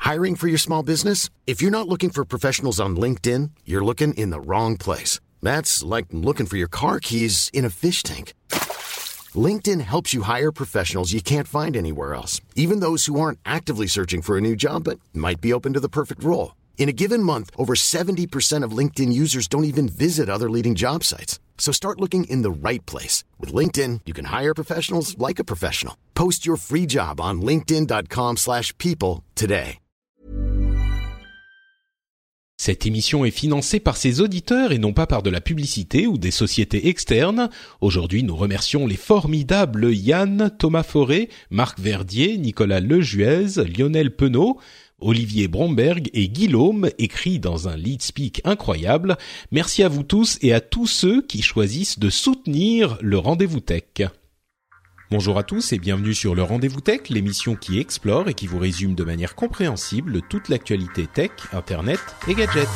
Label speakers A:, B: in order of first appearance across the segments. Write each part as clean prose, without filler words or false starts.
A: Hiring for your small business? If you're not looking for professionals on LinkedIn, you're looking in the wrong place. That's like looking for your car keys in a fish tank. LinkedIn helps you hire professionals you can't find anywhere else, even those who aren't actively searching for a new job but might be open to the perfect role. In a given month, over 70% of LinkedIn users don't even visit other leading job sites. So start looking in the right place. With LinkedIn, you can hire professionals like a professional. Post your free job on linkedin.com/people today.
B: Cette émission est financée par ses auditeurs et non pas par de la publicité ou des sociétés externes. Aujourd'hui, nous remercions les formidables Yann, Thomas Forêt, Marc Verdier, Nicolas Lejuez, Lionel Penaud, Olivier Bromberg et Guillaume, écrit dans un lead-speak incroyable. Merci à vous tous et à tous ceux qui choisissent de soutenir le Rendez-vous Tech. Bonjour à tous et bienvenue sur le Rendez-vous Tech, l'émission qui explore et qui vous résume de manière compréhensible toute l'actualité tech, internet et gadgets.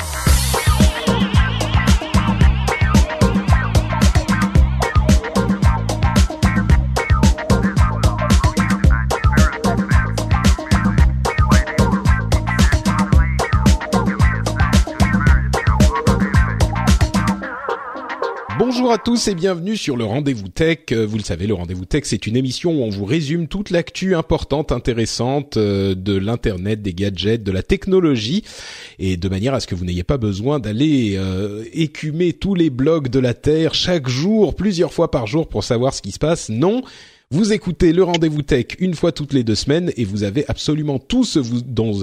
B: Bonjour à tous et bienvenue sur le Rendez-vous Tech. Vous le savez, le Rendez-vous Tech, c'est une émission où on vous résume toute l'actu importante, intéressante de l'internet, des gadgets, de la technologie, et de manière à ce que vous n'ayez pas besoin d'aller écumer tous les blogs de la Terre chaque jour, plusieurs fois par jour pour savoir ce qui se passe. Non, vous écoutez le Rendez-vous Tech une fois toutes les 2 semaines et vous avez absolument tout ce dont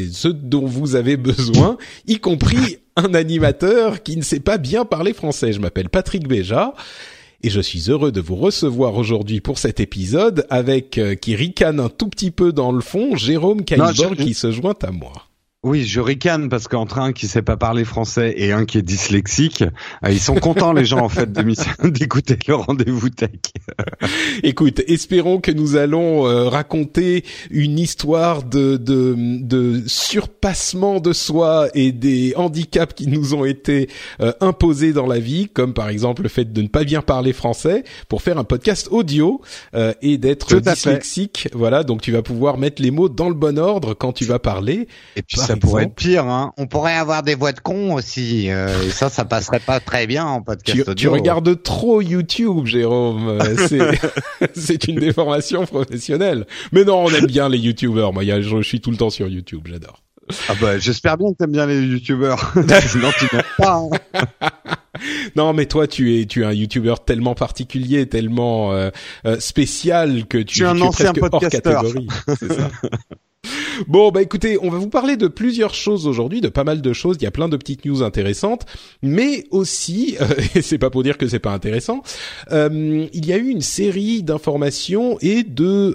B: vous avez besoin, y compris un animateur qui ne sait pas bien parler français. Je m'appelle Patrick Béja et je suis heureux de vous recevoir aujourd'hui pour cet épisode avec, qui ricane un tout petit peu dans le fond, Jérôme Kainborg qui se joint à moi.
C: Oui, je ricane parce qu'entre un qui sait pas parler français et un qui est dyslexique, ils sont contents les gens en fait d'écouter le Rendez-vous Tech.
B: Écoute, espérons que nous allons raconter une histoire de surpassement de soi et des handicaps qui nous ont été imposés dans la vie, comme par exemple le fait de ne pas bien parler français, pour faire un podcast audio et d'être dyslexique. Voilà, donc tu vas pouvoir mettre les mots dans le bon ordre quand tu vas parler.
C: Et puis ça pourrait être pire, hein. On pourrait avoir des voix de cons aussi. Et ça passerait pas très bien en podcast audio.
B: Tu regardes trop YouTube, Jérôme. C'est une déformation professionnelle. Mais non, on aime bien les YouTubers. Moi, je suis tout le temps sur YouTube. J'adore.
C: Ah bah, j'espère bien que t'aimes bien les YouTubers. Sinon, tu n'aimes pas. Hein.
B: Non, mais toi, tu es un YouTuber tellement particulier, tellement spécial que tu es presque hors catégorie. C'est ça. Bon, bah écoutez, on va vous parler de plusieurs choses aujourd'hui, de pas mal de choses. Il y a plein de petites news intéressantes, mais aussi, et c'est pas pour dire que c'est pas intéressant, il y a eu une série d'informations et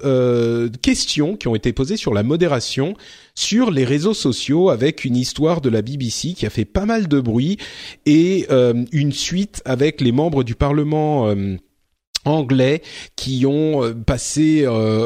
B: de questions qui ont été posées sur la modération sur les réseaux sociaux, avec une histoire de la BBC qui a fait pas mal de bruit et une suite avec les membres du Parlement anglais qui ont passé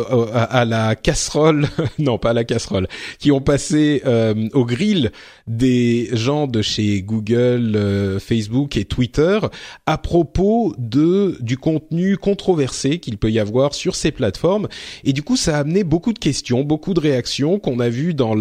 B: à la casserole, non pas à la casserole, qui ont passé au grill des gens de chez Google, Facebook et Twitter à propos du contenu controversé qu'il peut y avoir sur ces plateformes. Et du coup, ça a amené beaucoup de questions, beaucoup de réactions qu'on a vues dans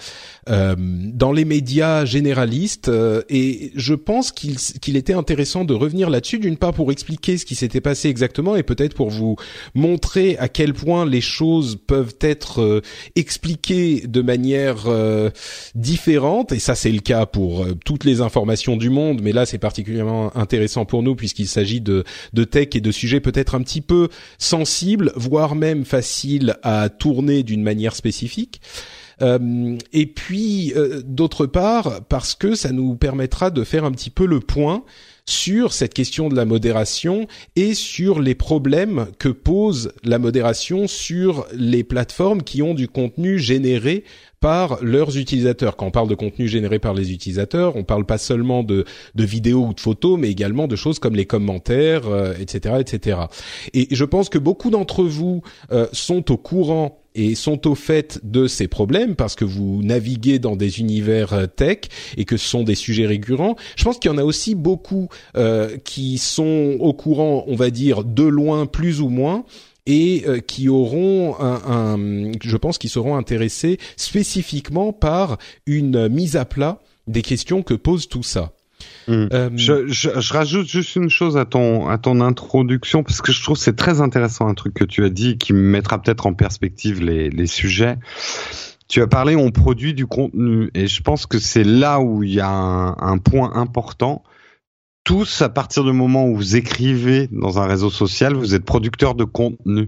B: les médias généralistes, et je pense qu'il était intéressant de revenir là-dessus, d'une part pour expliquer ce qui s'était passé exactement et peut-être pour vous montrer à quel point les choses peuvent être expliquées de manière différente, et ça c'est le cas pour toutes les informations du monde, mais là c'est particulièrement intéressant pour nous puisqu'il s'agit de tech et de sujets peut-être un petit peu sensibles, voire même faciles à tourner d'une manière spécifique. Et puis d'autre part, parce que ça nous permettra de faire un petit peu le point sur cette question de la modération et sur les problèmes que pose la modération sur les plateformes qui ont du contenu généré par leurs utilisateurs. Quand on parle de contenu généré par les utilisateurs, on parle pas seulement de vidéos ou de photos, mais également de choses comme les commentaires, etc., etc. Et je pense que beaucoup d'entre vous sont au courant et sont au fait de ces problèmes parce que vous naviguez dans des univers tech et que ce sont des sujets récurrents. Je pense qu'il y en a aussi beaucoup qui sont au courant, on va dire, de loin plus ou moins, et qui auront je pense qu'ils seront intéressés spécifiquement par une mise à plat des questions que pose tout ça.
C: Je rajoute juste une chose à ton introduction, parce que je trouve que c'est très intéressant un truc que tu as dit qui me mettra peut-être en perspective les sujets. Tu as parlé, on produit du contenu, et je pense que c'est là où il y a un point important. Tous, à partir du moment où vous écrivez dans un réseau social, vous êtes producteur de contenu.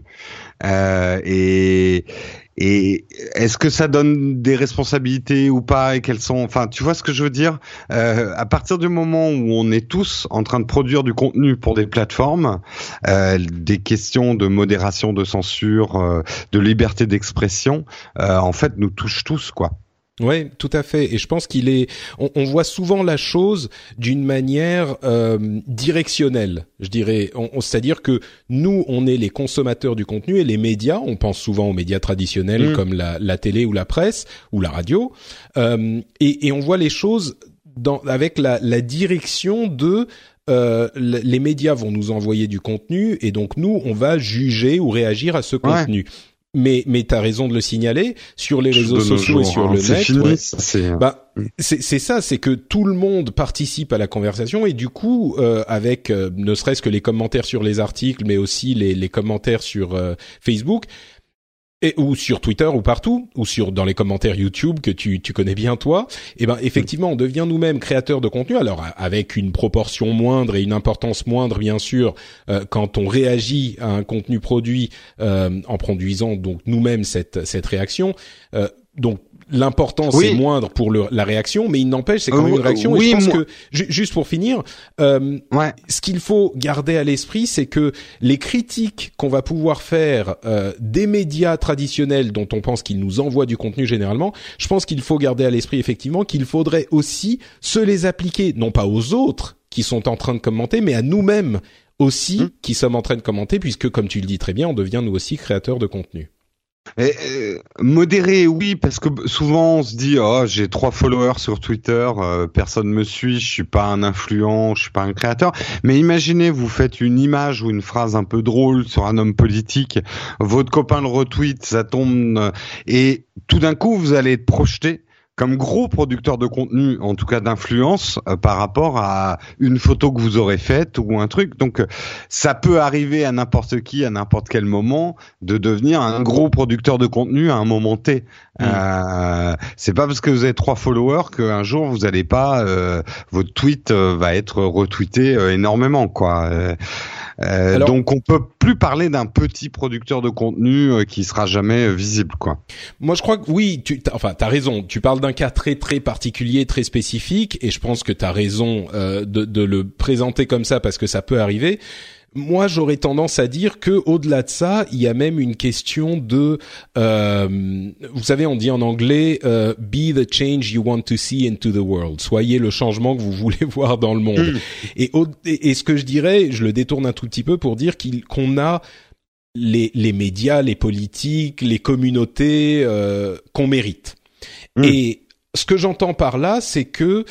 C: Et est-ce que ça donne des responsabilités ou pas, et quelles sont, enfin, tu vois ce que je veux dire? À partir du moment où on est tous en train de produire du contenu pour des plateformes, des questions de modération, de censure, de liberté d'expression, en fait, nous touchent tous, quoi.
B: Ouais, tout à fait. Et je pense on voit souvent la chose d'une manière directionnelle, je dirais. C'est-à-dire que nous, on est les consommateurs du contenu, et les médias, on pense souvent aux médias traditionnels comme la télé ou la presse ou la radio, et on voit les choses avec la direction de les médias vont nous envoyer du contenu, et donc nous, on va juger ou réagir à ce contenu. Mais t'as raison de le signaler, sur les réseaux sociaux et sur le net. C'est ça, c'est que tout le monde participe à la conversation, et du coup, avec ne serait-ce que les commentaires sur les articles, mais aussi les commentaires sur Facebook, ou sur Twitter, ou partout, ou dans les commentaires YouTube que tu connais bien toi, et ben effectivement on devient nous-mêmes créateurs de contenu, alors avec une proportion moindre et une importance moindre bien sûr quand on réagit à un contenu produit en produisant donc nous-mêmes cette réaction, donc l'importance est moindre pour la réaction, mais il n'empêche, c'est quand même une réaction. Et je pense que, juste pour finir, ce qu'il faut garder à l'esprit, c'est que les critiques qu'on va pouvoir faire des médias traditionnels dont on pense qu'ils nous envoient du contenu généralement, je pense qu'il faut garder à l'esprit effectivement qu'il faudrait aussi se les appliquer, non pas aux autres qui sont en train de commenter, mais à nous-mêmes aussi qui sommes en train de commenter, puisque, comme tu le dis très bien, on devient nous aussi créateurs de contenu.
C: Modéré, oui, parce que souvent on se dit j'ai 3 followers sur Twitter, personne me suit, je suis pas un influent, je suis pas un créateur. Mais imaginez, vous faites une image ou une phrase un peu drôle sur un homme politique, votre copain le retweet, ça tombe, et tout d'un coup vous allez être projeté comme gros producteur de contenu, en tout cas d'influence, par rapport à une photo que vous aurez faite ou un truc. Donc, ça peut arriver à n'importe qui, à n'importe quel moment, de devenir un gros producteur de contenu à un moment T. C'est pas parce que vous avez 3 followers qu'un jour vous allez pas, votre tweet va être retweeté énormément, quoi. Alors, donc on peut plus parler d'un petit producteur de contenu qui sera jamais visible, quoi.
B: Moi je crois que oui, t'as raison, tu parles d'un cas très très particulier, très spécifique, et je pense que t'as raison de le présenter comme ça parce que ça peut arriver. Moi, j'aurais tendance à dire que, au-delà de ça, il y a même une question de, vous savez, on dit en anglais, be the change you want to see into the world. Soyez le changement que vous voulez voir dans le monde. Et ce que je dirais, je le détourne un tout petit peu pour dire qu'on a les médias, les politiques, les communautés qu'on mérite. Et ce que j'entends par là, c'est que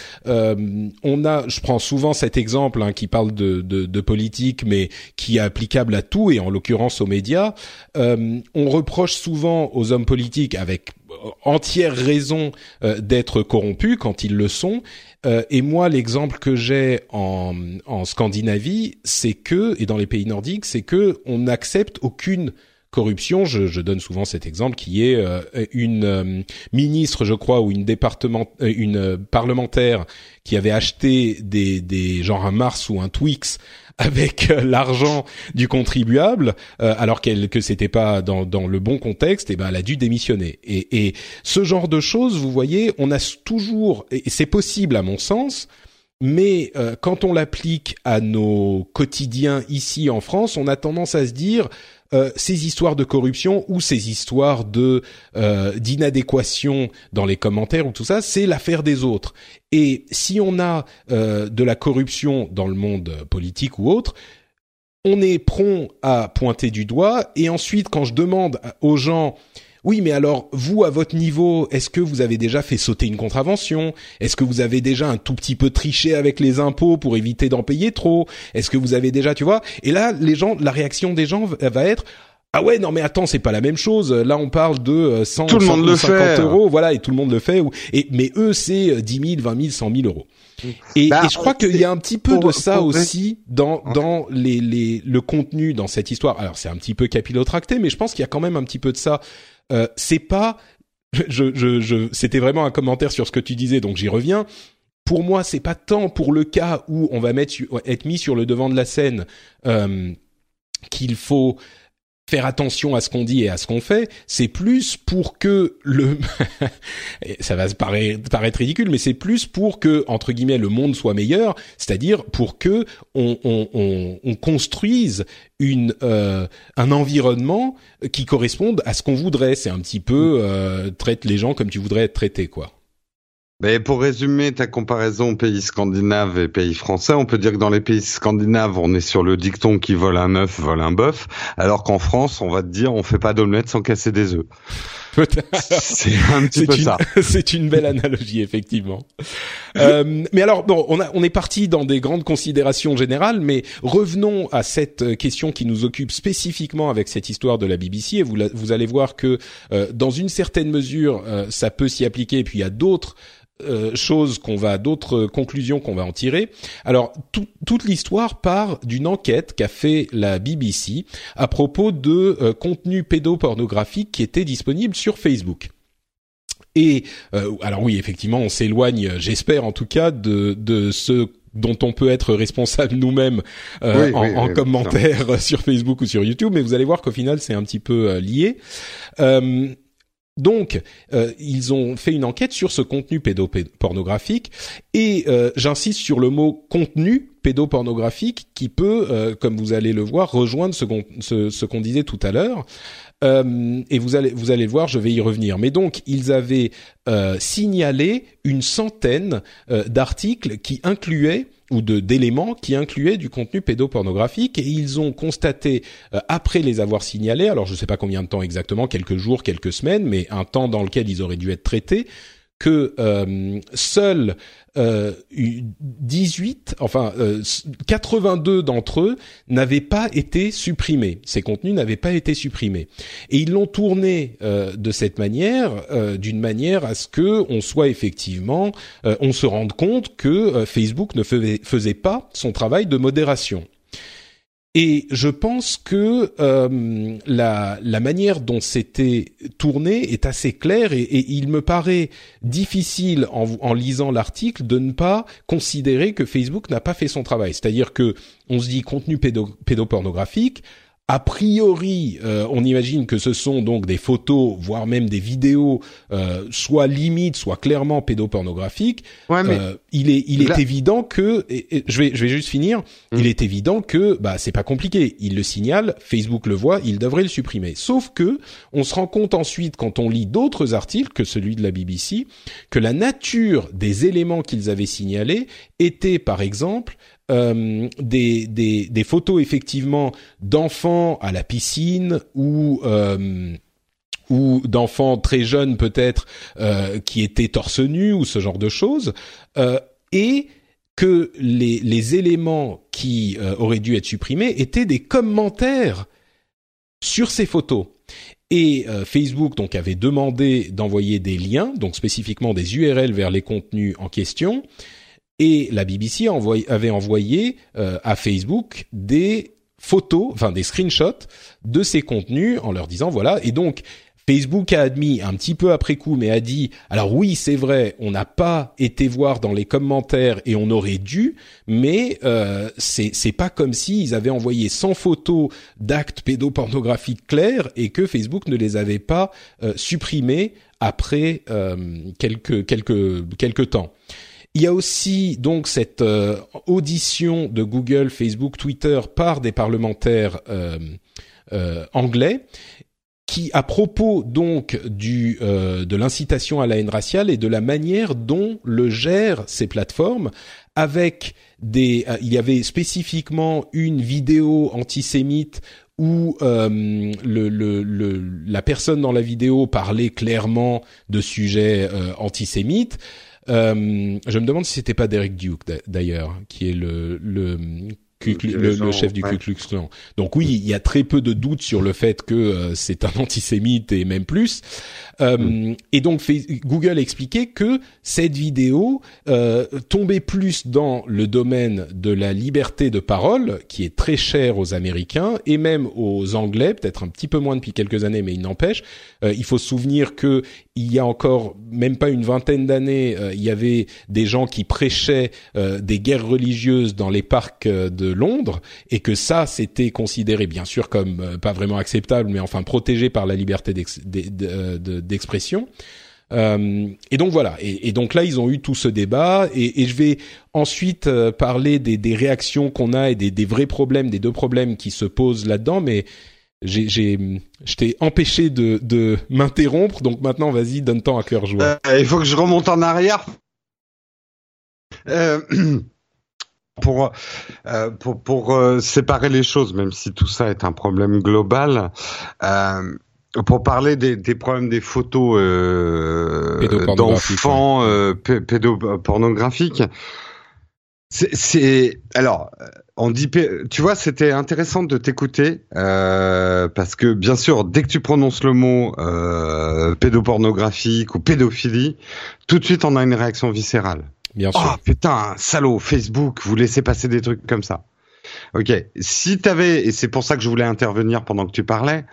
B: je prends souvent cet exemple qui parle de politique, mais qui est applicable à tout, et en l'occurrence aux médias. On reproche souvent aux hommes politiques, avec entière raison, d'être corrompus quand ils le sont. Et moi, l'exemple que j'ai en Scandinavie, c'est que, et dans les pays nordiques, c'est que on n'accepte aucune corruption. Je donne souvent cet exemple qui est une ministre, je crois, ou une parlementaire qui avait acheté des genre un Mars ou un Twix avec l'argent du contribuable, alors que c'était pas dans le bon contexte, et ben elle a dû démissionner. Et ce genre de choses, vous voyez, on a toujours, et c'est possible à mon sens, mais quand on l'applique à nos quotidiens ici en France, on a tendance à se dire ces histoires de corruption ou ces histoires d'inadéquation dans les commentaires ou tout ça, c'est l'affaire des autres. Et si on a de la corruption dans le monde politique ou autre, on est prompt à pointer du doigt. Et ensuite, quand je demande aux gens, oui, mais alors, vous, à votre niveau, est-ce que vous avez déjà fait sauter une contravention? Est-ce que vous avez déjà un tout petit peu triché avec les impôts pour éviter d'en payer trop? Est-ce que vous avez déjà, tu vois? Et là, la réaction des gens va être, Ah ouais, non mais attends, c'est pas la même chose. Là, on parle de 100,
C: tout le monde le
B: 150
C: fait.
B: euros, voilà, et tout le monde le fait. Mais eux, c'est 10 000, 20 000, 100 000 euros. Et je crois qu'il y a un petit peu de ça aussi dans le contenu dans cette histoire. Alors, c'est un petit peu capillotracté, mais je pense qu'il y a quand même un petit peu de ça. C'est pas, c'était vraiment un commentaire sur ce que tu disais, donc j'y reviens. Pour moi, c'est pas tant pour le cas où on va être mis sur le devant de la scène qu'il faut faire attention à ce qu'on dit et à ce qu'on fait, c'est plus pour que ça va paraître ridicule, mais c'est plus pour que, entre guillemets, le monde soit meilleur, c'est-à-dire pour que on construise un environnement qui corresponde à ce qu'on voudrait. C'est un petit peu traite les gens comme tu voudrais être traité, quoi.
C: Mais pour résumer ta comparaison pays scandinaves et pays français, on peut dire que dans les pays scandinaves, on est sur le dicton qui vole un œuf, vole un bœuf, alors qu'en France, on va te dire on fait pas d'omelette sans casser des œufs. C'est un petit peu ça.
B: C'est une belle analogie, effectivement. Mais alors, bon, on est parti dans des grandes considérations générales, mais revenons à cette question qui nous occupe spécifiquement avec cette histoire de la BBC, et vous allez voir que dans une certaine mesure, ça peut s'y appliquer, et puis il y a d'autres d'autres conclusions qu'on va en tirer. Alors, toute l'histoire part d'une enquête qu'a fait la BBC à propos de contenu pédopornographique qui était disponible sur Facebook. Et alors oui, effectivement, on s'éloigne, j'espère en tout cas, de ce dont on peut être responsable nous-mêmes en commentaire sur Facebook ou sur YouTube, mais vous allez voir qu'au final, c'est un petit peu lié. Donc, ils ont fait une enquête sur ce contenu pédopornographique et j'insiste sur le mot contenu pédopornographique qui peut, comme vous allez le voir, rejoindre ce qu'on disait tout à l'heure. Et vous allez le voir, je vais y revenir. Mais donc, ils avaient signalé une centaine d'articles qui incluaient ou d'éléments qui incluaient du contenu pédopornographique, et ils ont constaté, après les avoir signalés, alors je ne sais pas combien de temps exactement, quelques jours, quelques semaines, mais un temps dans lequel ils auraient dû être traités, que seuls 82 d'entre eux n'avaient pas été supprimés. Ces contenus n'avaient pas été supprimés. Et ils l'ont tourné de cette manière, d'une manière à ce que on soit effectivement, on se rende compte que Facebook ne faisait pas son travail de modération. Et je pense que la manière dont c'était tourné est assez claire, et il me paraît difficile en lisant l'article de ne pas considérer que Facebook n'a pas fait son travail. C'est-à-dire que on se dit contenu pédopornographique. A priori, on imagine que ce sont donc des photos, voire même des vidéos, soit limites, soit clairement pédopornographiques. Ouais, mais il est évident que, et je vais juste finir. Il est évident que, c'est pas compliqué. Il le signale, Facebook le voit, il devrait le supprimer. Sauf que, on se rend compte ensuite, quand on lit d'autres articles que celui de la BBC, que la nature des éléments qu'ils avaient signalés était, par exemple, des photos effectivement d'enfants à la piscine ou d'enfants très jeunes peut-être qui étaient torse nu ou ce genre de choses, et que les éléments qui auraient dû être supprimés étaient des commentaires sur ces photos. Et Facebook donc avait demandé d'envoyer des liens, donc spécifiquement des URL vers les contenus en question. Et la BBC avait envoyé à Facebook des photos, enfin des screenshots de ces contenus en leur disant voilà. Et donc Facebook a admis un petit peu après coup, mais a dit alors oui c'est vrai, on n'a pas été voir dans les commentaires et on aurait dû, mais c'est pas comme si ils avaient envoyé 100 photos d'actes pédopornographiques clairs et que Facebook ne les avait pas supprimées après quelques temps. Il y a aussi donc cette audition de Google, Facebook, Twitter par des parlementaires anglais qui, à propos donc de l'incitation à la haine raciale et de la manière dont le gèrent ces plateformes, avec il y avait spécifiquement une vidéo antisémite où la personne dans la vidéo parlait clairement de sujets antisémites. Je me demande si c'était pas Derek Duke d'ailleurs, qui est le le chef du Ku Klux Klan. Donc oui, il y a très peu de doutes sur le fait que c'est un antisémite et même plus. Et donc Google expliquait que cette vidéo tombait plus dans le domaine de la liberté de parole, qui est très cher aux Américains et même aux Anglais, peut-être un petit peu moins depuis quelques années, mais il n'empêche. Il faut se souvenir que il y a encore même pas une vingtaine d'années, il y avait des gens qui prêchaient des guerres religieuses dans les parcs de Londres, et que ça, c'était considéré bien sûr comme pas vraiment acceptable, mais enfin protégé par la liberté d'expression. Et donc voilà. Et donc là, ils ont eu tout ce débat, et je vais ensuite parler des réactions qu'on a et des vrais problèmes, des deux problèmes qui se posent là-dedans, mais je t'ai empêché de m'interrompre, donc maintenant vas-y, donne-toi à cœur joie.
C: Il faut que je remonte en arrière pour séparer les choses, même si tout ça est un problème global. Pour parler des problèmes des photos d'enfants pédopornographiques. Alors, on dit, tu vois, c'était intéressant de t'écouter parce que bien sûr, dès que tu prononces le mot pédopornographique ou pédophilie, tout de suite on a une réaction viscérale.
B: Bien sûr.
C: Oh putain, salaud, Facebook, vous laissez passer des trucs comme ça. Ok, si t'avais, et c'est pour ça que je voulais intervenir pendant que tu parlais,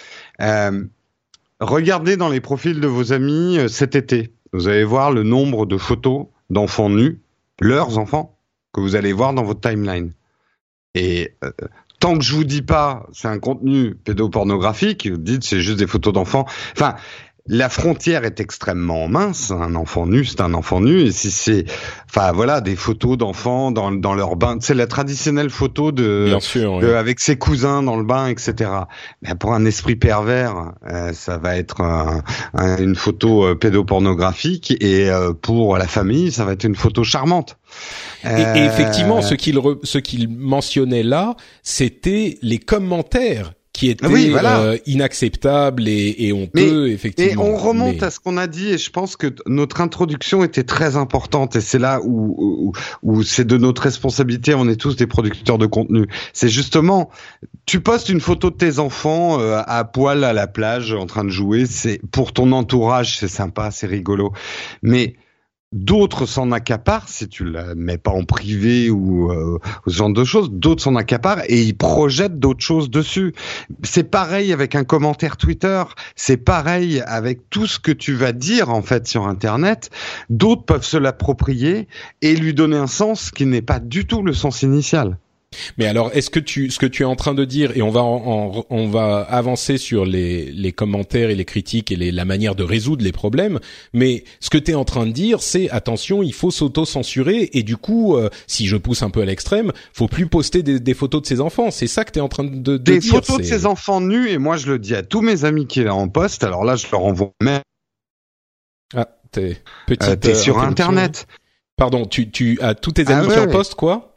C: regardez dans les profils de vos amis cet été. Vous allez voir le nombre de photos d'enfants nus, leurs enfants, que vous allez voir dans votre timeline. Et tant que je vous dis pas, c'est un contenu pédopornographique, vous dites c'est juste des photos d'enfants. Enfin, la frontière est extrêmement mince. Un enfant nu, c'est un enfant nu. Et si c'est, enfin voilà, des photos d'enfants dans leur bain, c'est la traditionnelle photo
B: bien sûr, oui.
C: avec ses cousins dans le bain, etc. Mais pour un esprit pervers, ça va être une photo pédopornographique, et pour la famille, ça va être une photo charmante.
B: Et effectivement, ce qu'il mentionnait là, c'était les commentaires qui était inacceptable et honteux, effectivement.
C: Et on remonte à ce qu'on a dit, et je pense que notre introduction était très importante, et c'est là où c'est de notre responsabilité, on est tous des producteurs de contenu. C'est justement, tu postes une photo de tes enfants à poil à la plage en train de jouer, c'est pour ton entourage, c'est sympa, c'est rigolo. Mais d'autres s'en accaparent, si tu la mets pas en privé ou ce genre de choses, d'autres s'en accaparent et ils projettent d'autres choses dessus. C'est pareil avec un commentaire Twitter, c'est pareil avec tout ce que tu vas dire en fait sur Internet. D'autres peuvent se l'approprier et lui donner un sens qui n'est pas du tout le sens initial.
B: Mais alors, ce que tu es en train de dire, et on va avancer sur les commentaires et les critiques et la manière de résoudre les problèmes, mais ce que tu es en train de dire, c'est attention, il faut s'auto-censurer, et du coup, si je pousse un peu à l'extrême, faut plus poster des photos de ses enfants. C'est ça que tu es en train de dire.
C: Des photos de ses enfants nus, et moi je le dis à tous mes amis qui en postent, alors là je leur envoie même.
B: Ah, t'es
C: sur Internet.
B: Pardon, tu as tous tes amis qui en postent, quoi?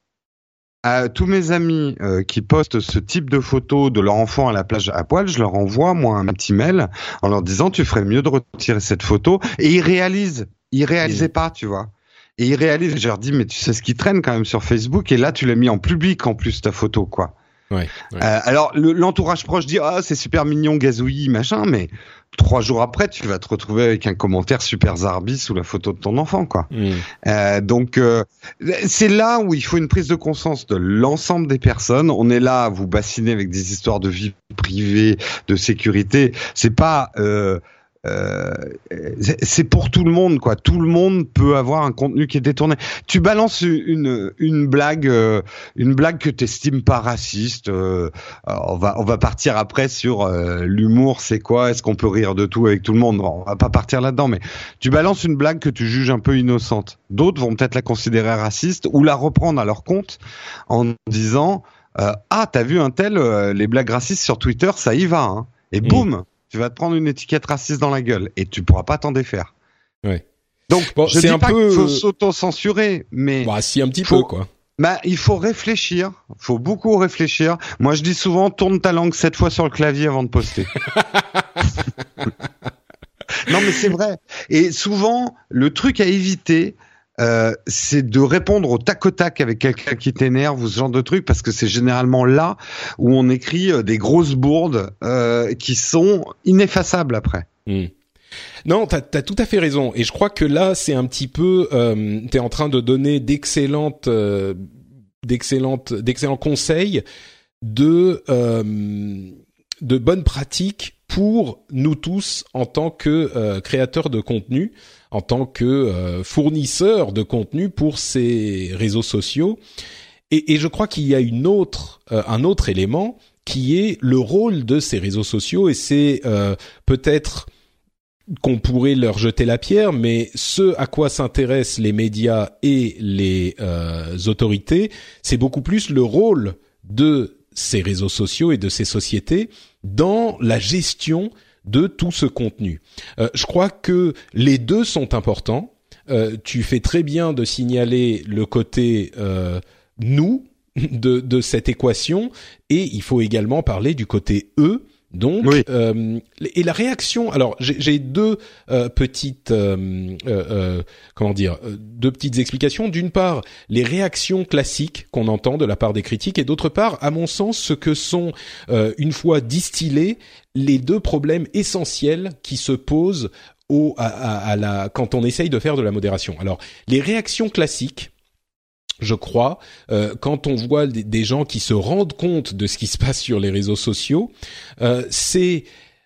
C: À tous mes amis qui postent ce type de photos de leur enfant à la plage à poil, je leur envoie moi un petit mail en leur disant tu ferais mieux de retirer cette photo, et ils réalisaient pas, tu vois. Et ils réalisent, je leur dis mais tu sais ce qui traîne quand même sur Facebook, et là tu l'as mis en public en plus ta photo, quoi.
B: Ouais.
C: Alors l'entourage proche dit ah c'est super mignon gazouillis machin, mais 3 jours après tu vas te retrouver avec un commentaire super zarbi sous la photo de ton enfant, quoi. Donc c'est là où il faut une prise de conscience de l'ensemble des personnes. On est là à vous bassiner avec des histoires de vie privée, de sécurité. C'est pas c'est pour tout le monde, quoi. Tout le monde peut avoir un contenu qui est détourné. Tu balances une blague que t'estimes pas raciste. On va partir après sur l'humour, c'est quoi? Est-ce qu'on peut rire de tout avec tout le monde? On va pas partir là-dedans, mais tu balances une blague que tu juges un peu innocente. D'autres vont peut-être la considérer raciste ou la reprendre à leur compte en disant ah t'as vu un tel, les blagues racistes sur Twitter, ça y va, hein. Et boum, tu vas te prendre une étiquette raciste dans la gueule et tu pourras pas t'en défaire.
B: Ouais.
C: Donc, bon, je dis pas qu'il faut s'auto-censurer, mais...
B: Bah, si, un petit peu, quoi.
C: Bah, il faut réfléchir. Faut beaucoup réfléchir. Moi, je dis souvent, tourne ta langue 7 fois sur le clavier avant de poster. Non, mais c'est vrai. Et souvent, le truc à éviter, c'est de répondre au tac au tac avec quelqu'un qui t'énerve ou ce genre de truc, parce que c'est généralement là où on écrit des grosses bourdes qui sont ineffaçables après.
B: Non, t'as tout à fait raison. Et je crois que là, c'est un petit peu, t'es en train de donner d'excellents conseils de bonnes pratiques pour nous tous en tant que créateurs de contenu, en tant que fournisseurs de contenu pour ces réseaux sociaux. Et je crois qu'il y a un autre élément qui est le rôle de ces réseaux sociaux, et c'est peut-être qu'on pourrait leur jeter la pierre, mais ce à quoi s'intéressent les médias et les autorités, c'est beaucoup plus le rôle de ces réseaux sociaux et de ces sociétés dans la gestion de tout ce contenu. Je crois que les deux sont importants. Tu fais très bien de signaler le côté nous de cette équation, et il faut également parler du côté eux. Donc, oui. Et la réaction. Alors, j'ai deux petites, deux petites explications. D'une part, les réactions classiques qu'on entend de la part des critiques, et d'autre part, à mon sens, ce que sont, une fois distillés, les deux problèmes essentiels qui se posent quand on essaye de faire de la modération. Alors, les réactions classiques, je crois, quand on voit des gens qui se rendent compte de ce qui se passe sur les réseaux sociaux, et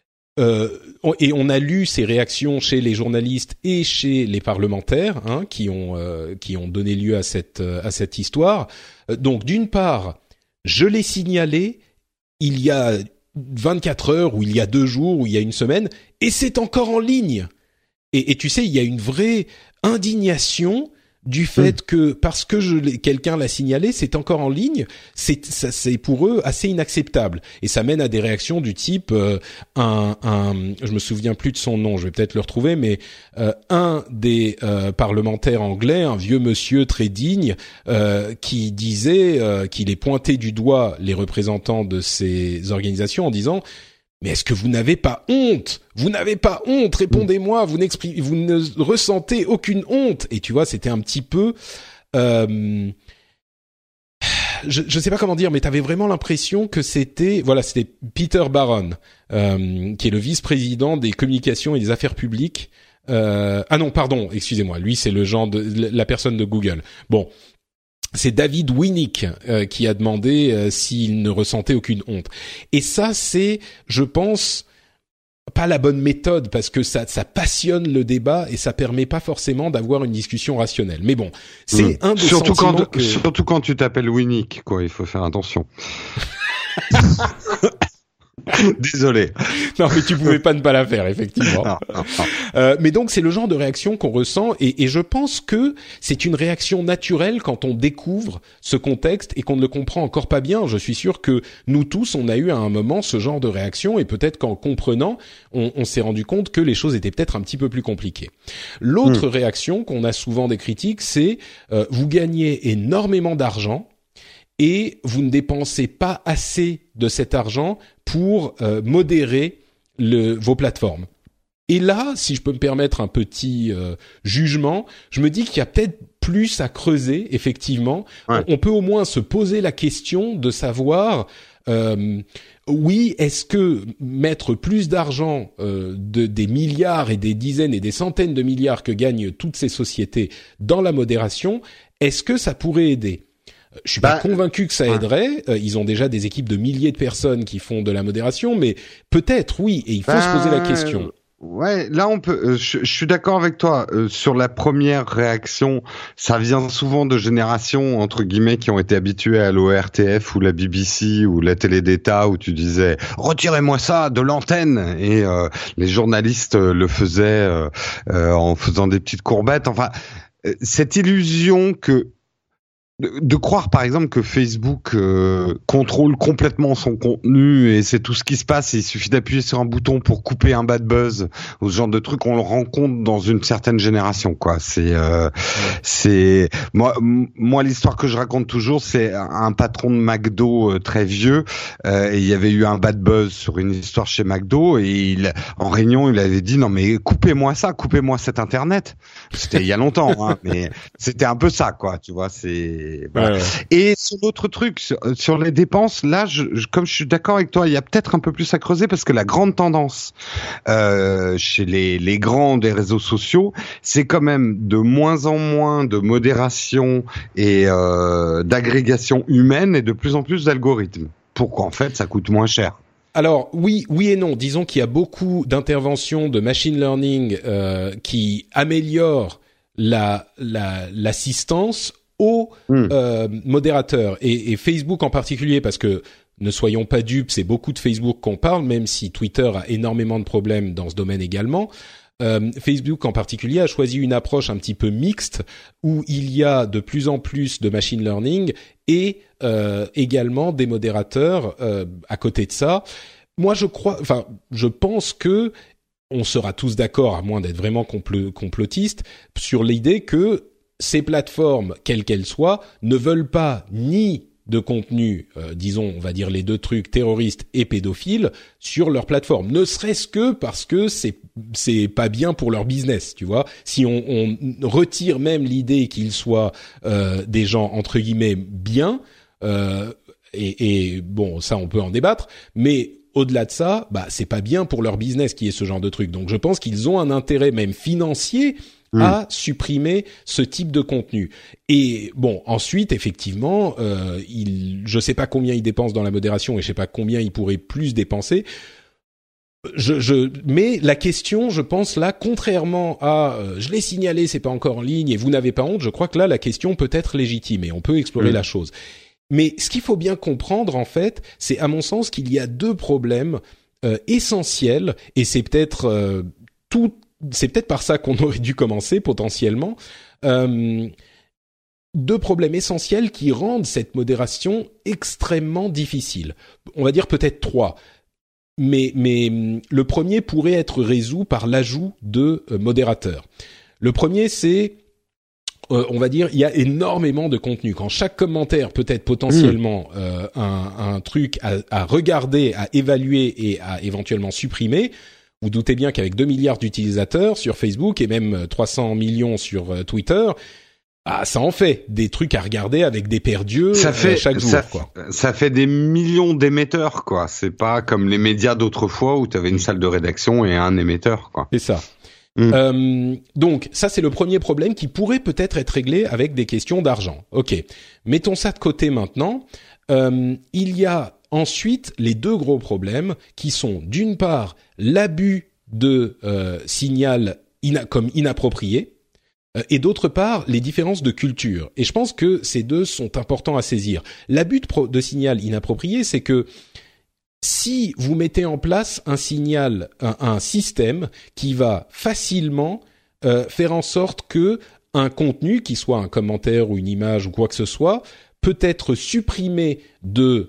B: on a lu ces réactions chez les journalistes et chez les parlementaires, qui ont donné lieu à cette histoire. Donc, d'une part, je l'ai signalé il y a 24 heures, ou il y a 2 jours, ou il y a une semaine, et c'est encore en ligne. Et tu sais, il y a une vraie indignation du fait que parce que quelqu'un l'a signalé, c'est encore en ligne, c'est pour eux assez inacceptable, et ça mène à des réactions du type je me souviens plus de son nom, je vais peut-être le retrouver, mais un des parlementaires anglais, un vieux monsieur très digne, qui disait qu'il est pointé du doigt les représentants de ces organisations en disant: mais est-ce que vous n'avez pas honte ? Vous n'avez pas honte, répondez-moi, vous ne ressentez aucune honte. Et tu vois, c'était un petit peu... je sais pas comment dire, mais t'avais vraiment l'impression que c'était Peter Barron, qui est le vice-président des communications et des affaires publiques. Excusez-moi, lui c'est la personne de Google. Bon. C'est David Winick qui a demandé s'il ne ressentait aucune honte. Et ça, c'est, je pense, pas la bonne méthode, parce que ça passionne le débat et ça permet pas forcément d'avoir une discussion rationnelle. Mais bon, c'est un des sentiments
C: surtout quand tu t'appelles Winick, quoi. Il faut faire attention. Désolé.
B: Non, mais tu pouvais pas ne pas la faire, effectivement. Non. Mais donc, c'est le genre de réaction qu'on ressent, et je pense que c'est une réaction naturelle quand on découvre ce contexte et qu'on ne le comprend encore pas bien. Je suis sûr que nous tous, on a eu à un moment ce genre de réaction, et peut-être qu'en comprenant, on s'est rendu compte que les choses étaient peut-être un petit peu plus compliquées. L'autre réaction qu'on a souvent des critiques, c'est vous gagnez énormément d'argent, et vous ne dépensez pas assez de cet argent pour modérer vos plateformes. Et là, si je peux me permettre un petit jugement, je me dis qu'il y a peut-être plus à creuser, effectivement. Ouais. On peut au moins se poser la question de savoir, oui, est-ce que mettre plus d'argent, des milliards et des dizaines et des centaines de milliards que gagnent toutes ces sociétés dans la modération, est-ce que ça pourrait aider ? Je suis pas convaincu que ça aiderait. Ils ont déjà des équipes de milliers de personnes qui font de la modération, mais peut-être oui. Et il faut se poser la question.
C: Ouais, là on peut. Je suis d'accord avec toi sur la première réaction. Ça vient souvent de générations entre guillemets qui ont été habituées à l'ORTF ou la BBC ou la télé d'État, où tu disais retirez-moi ça de l'antenne, et les journalistes le faisaient en faisant des petites courbettes. Enfin, cette illusion que de croire par exemple que Facebook contrôle complètement son contenu et c'est tout ce qui se passe, et il suffit d'appuyer sur un bouton pour couper un bad buzz ou ce genre de truc, on le rencontre dans une certaine génération, quoi. C'est moi l'histoire que je raconte toujours, c'est un patron de McDo très vieux, et il y avait eu un bad buzz sur une histoire chez McDo, et en réunion il avait dit non mais coupez-moi cet internet. C'était il y a longtemps, hein, mais c'était un peu ça, quoi, tu vois, c'est voilà. Et sur l'autre truc, sur les dépenses, là, comme je suis d'accord avec toi, il y a peut-être un peu plus à creuser, parce que la grande tendance chez les grands des réseaux sociaux, c'est quand même de moins en moins de modération et d'agrégation humaine, et de plus en plus d'algorithmes, pour qu'en fait ça coûte moins cher.
B: Alors oui et non. Disons qu'il y a beaucoup d'interventions de machine learning qui améliorent l'assistance aux modérateurs, et Facebook en particulier, parce que ne soyons pas dupes, c'est beaucoup de Facebook qu'on parle, même si Twitter a énormément de problèmes dans ce domaine également. Facebook en particulier a choisi une approche un petit peu mixte, où il y a de plus en plus de machine learning et également des modérateurs à côté de ça. Moi je pense que on sera tous d'accord, à moins d'être vraiment complotistes, sur l'idée que ces plateformes, quelles qu'elles soient, ne veulent pas ni de contenu, disons, on va dire les deux trucs, terroristes et pédophiles, sur leur plateforme. Ne serait-ce que parce que c'est pas bien pour leur business, tu vois. Si on retire même l'idée qu'ils soient des gens entre guillemets bien, et bon, ça on peut en débattre, mais au-delà de ça, c'est pas bien pour leur business qui est ce genre de truc. Donc je pense qu'ils ont un intérêt même financier à supprimer ce type de contenu. Et bon, ensuite, effectivement, je sais pas combien ils dépensent dans la modération, et je sais pas combien ils pourraient plus dépenser. Mais la question, je pense là, contrairement à je l'ai signalé, c'est pas encore en ligne et vous n'avez pas honte, je crois que là la question peut être légitime et on peut explorer la chose. Mais ce qu'il faut bien comprendre, en fait, c'est à mon sens qu'il y a deux problèmes essentiels, et c'est peut-être c'est peut-être par ça qu'on aurait dû commencer potentiellement. Deux problèmes essentiels qui rendent cette modération extrêmement difficile. On va dire peut-être trois. Mais le premier pourrait être résolu par l'ajout de modérateurs. Le premier, c'est on va dire, il y a énormément de contenu. Quand chaque commentaire peut être potentiellement un truc à regarder, à évaluer et à éventuellement supprimer, vous doutez bien qu'avec 2 milliards d'utilisateurs sur Facebook et même 300 millions sur Twitter, ça en fait des trucs à regarder avec des paires d'yeux chaque jour, quoi.
C: Ça fait des millions d'émetteurs, quoi. C'est pas comme les médias d'autrefois où tu avais une salle de rédaction et un émetteur, quoi.
B: C'est ça. Donc ça c'est le premier problème qui pourrait peut-être être réglé avec des questions d'argent. Ok, mettons ça de côté maintenant. Il y a ensuite les deux gros problèmes qui sont d'une part l'abus de signal comme inapproprié, et d'autre part les différences de culture. Et je pense que ces deux sont importants à saisir. L'abus de signal inapproprié, c'est que si vous mettez en place un signal, un système qui va facilement faire en sorte que un contenu, qui soit un commentaire ou une image ou quoi que ce soit, peut être supprimé du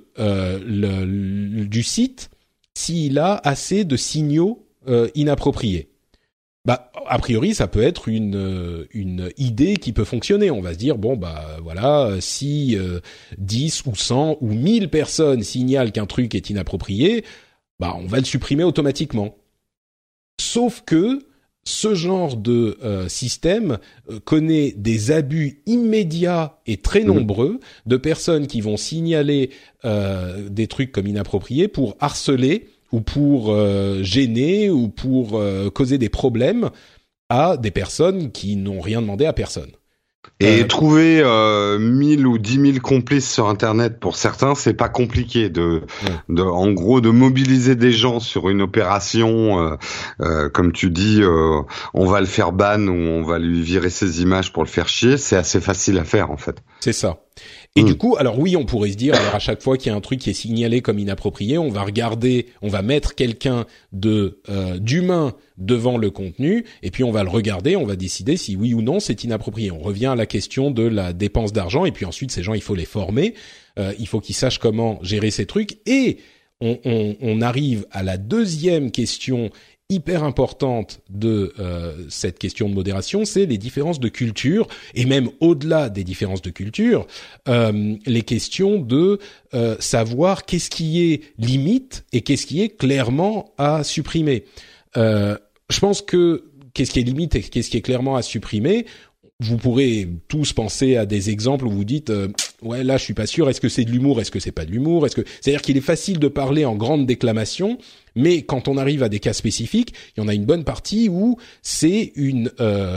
B: site s'il a assez de signaux inappropriés. A priori, ça peut être une idée qui peut fonctionner. On va se dire, voilà, si 10 ou 100 ou 1000 personnes signalent qu'un truc est inapproprié, on va le supprimer automatiquement. Sauf que ce genre de système connaît des abus immédiats et très nombreux de personnes qui vont signaler des trucs comme inappropriés pour harceler ou pour gêner ou pour causer des problèmes à des personnes qui n'ont rien demandé à personne.
C: Et trouver 1000 ou 10 000 complices sur Internet, pour certains, c'est pas compliqué en gros, de mobiliser des gens sur une opération, comme tu dis, on va le faire ban ou on va lui virer ses images pour le faire chier, c'est assez facile à faire, en fait.
B: C'est ça. Et du coup, alors oui, on pourrait se dire, alors à chaque fois qu'il y a un truc qui est signalé comme inapproprié, on va regarder, on va mettre quelqu'un d'humain devant le contenu, et puis on va le regarder, on va décider si oui ou non c'est inapproprié. On revient à la question de la dépense d'argent, et puis ensuite ces gens, il faut les former, il faut qu'ils sachent comment gérer ces trucs, et on arrive à la deuxième question hyper importante de cette question de modération, c'est les différences de culture, et même au-delà des différences de culture, les questions de savoir qu'est-ce qui est limite et qu'est-ce qui est clairement à supprimer. Je pense que qu'est-ce qui est limite et qu'est-ce qui est clairement à supprimer, vous pourrez tous penser à des exemples où vous dites ouais là je suis pas sûr, est-ce que c'est de l'humour, est-ce que c'est pas de l'humour, c'est-à-dire qu'il est facile de parler en grande déclamation, mais quand on arrive à des cas spécifiques, il y en a une bonne partie où c'est une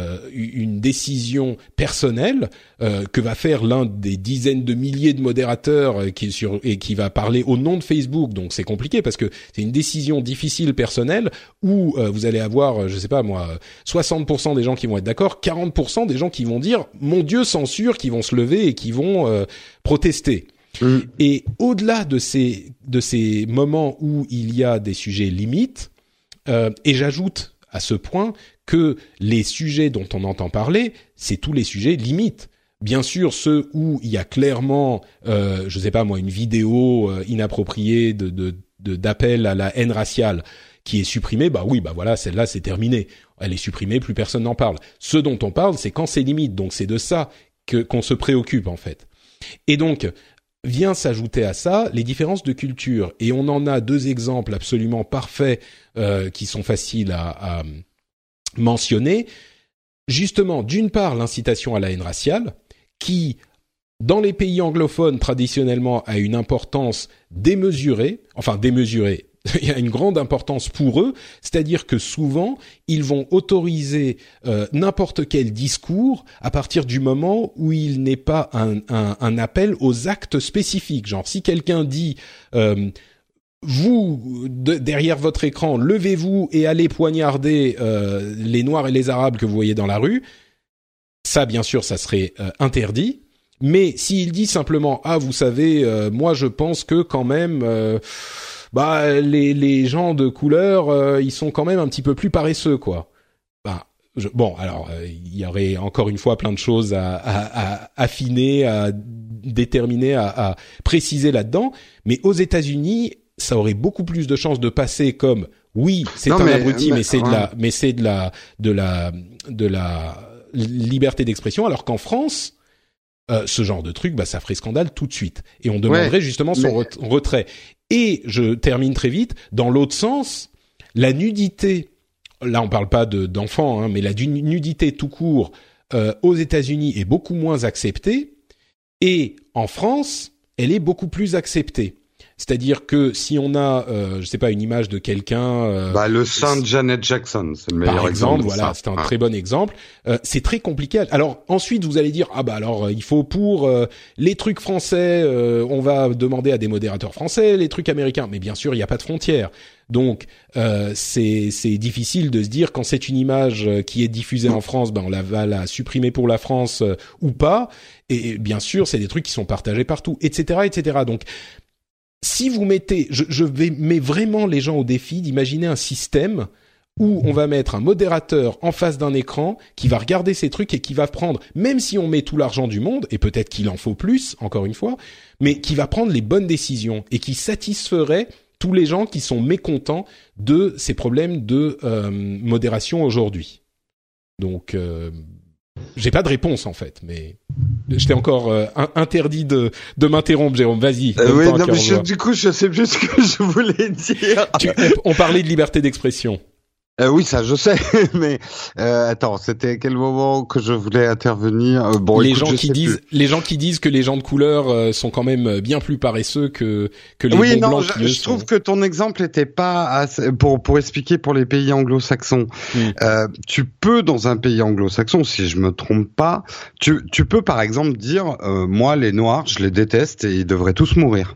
B: décision personnelle que va faire l'un des dizaines de milliers de modérateurs qui va parler au nom de Facebook. Donc c'est compliqué parce que c'est une décision difficile personnelle où vous allez avoir, je sais pas moi, 60% des gens qui vont être d'accord, 40% des gens qui vont dire mon Dieu censure, qui vont se lever et qui vont protester. Et au-delà de ces moments où il y a des sujets limites, et j'ajoute à ce point que les sujets dont on entend parler, c'est tous les sujets limites. Bien sûr, ceux où il y a clairement, je sais pas moi, une vidéo inappropriée d'appel à la haine raciale qui est supprimée, bah oui, bah voilà, celle-là c'est terminé. Elle est supprimée, plus personne n'en parle. Ce dont on parle, c'est quand c'est limite. Donc c'est de ça qu'on se préoccupe en fait. Et donc vient s'ajouter à ça les différences de culture. Et on en a deux exemples absolument parfaits qui sont faciles à mentionner. Justement, d'une part, l'incitation à la haine raciale, qui, dans les pays anglophones, traditionnellement, a une importance démesurée. Il y a une grande importance pour eux, c'est-à-dire que souvent, ils vont autoriser n'importe quel discours à partir du moment où il n'est pas un appel aux actes spécifiques. Genre, si quelqu'un dit vous, derrière votre écran, levez-vous et allez poignarder les Noirs et les Arabes que vous voyez dans la rue, ça, bien sûr, ça serait interdit. Mais s'il dit simplement « Ah, vous savez, moi, je pense que quand même... les gens de couleur ils sont quand même un petit peu plus paresseux quoi. Il y aurait encore une fois plein de choses à affiner, à déterminer, à préciser là-dedans, mais aux États-Unis, ça aurait beaucoup plus de chances de passer comme oui, c'est un abruti mais c'est de la liberté d'expression, alors qu'en France ce genre de truc, ça ferait scandale tout de suite. Et on demanderait justement son retrait. Et je termine très vite, dans l'autre sens, la nudité, là on parle pas d'enfants, mais la nudité tout court aux États-Unis est beaucoup moins acceptée, et en France, elle est beaucoup plus acceptée. C'est-à-dire que si on a, je sais pas, une image de quelqu'un,
C: le sein de Janet Jackson, c'est le meilleur
B: par exemple. Voilà,
C: ça.
B: c'est un très bon exemple. C'est très compliqué. Alors ensuite, vous allez dire, il faut pour les trucs français, on va demander à des modérateurs français, les trucs américains. Mais bien sûr, il n'y a pas de frontières. Donc c'est difficile de se dire quand c'est une image qui est diffusée en France, on va la supprimer pour la France ou pas. Et bien sûr, c'est des trucs qui sont partagés partout, etc., etc. Donc si vous mettez, je mets vraiment les gens au défi d'imaginer un système où on va mettre un modérateur en face d'un écran qui va regarder ces trucs et qui va prendre, même si on met tout l'argent du monde, et peut-être qu'il en faut plus, encore une fois, mais qui va prendre les bonnes décisions et qui satisferait tous les gens qui sont mécontents de ces problèmes de modération aujourd'hui. Donc, j'ai pas de réponse en fait, mais je t'ai encore interdit de m'interrompre, Jérôme. Vas-y.
C: Du coup, je sais plus ce que je voulais dire.
B: On parlait de liberté d'expression.
C: Oui, ça je sais, mais attends, c'était à quel moment que je voulais intervenir
B: les gens qui disent que les gens de couleur sont quand même bien plus paresseux que les blancs.
C: Je trouve que ton exemple était pas assez, pour expliquer pour les pays anglo-saxons. Tu peux dans un pays anglo-saxon, si je me trompe pas, tu peux par exemple dire moi les Noirs, je les déteste et ils devraient tous mourir.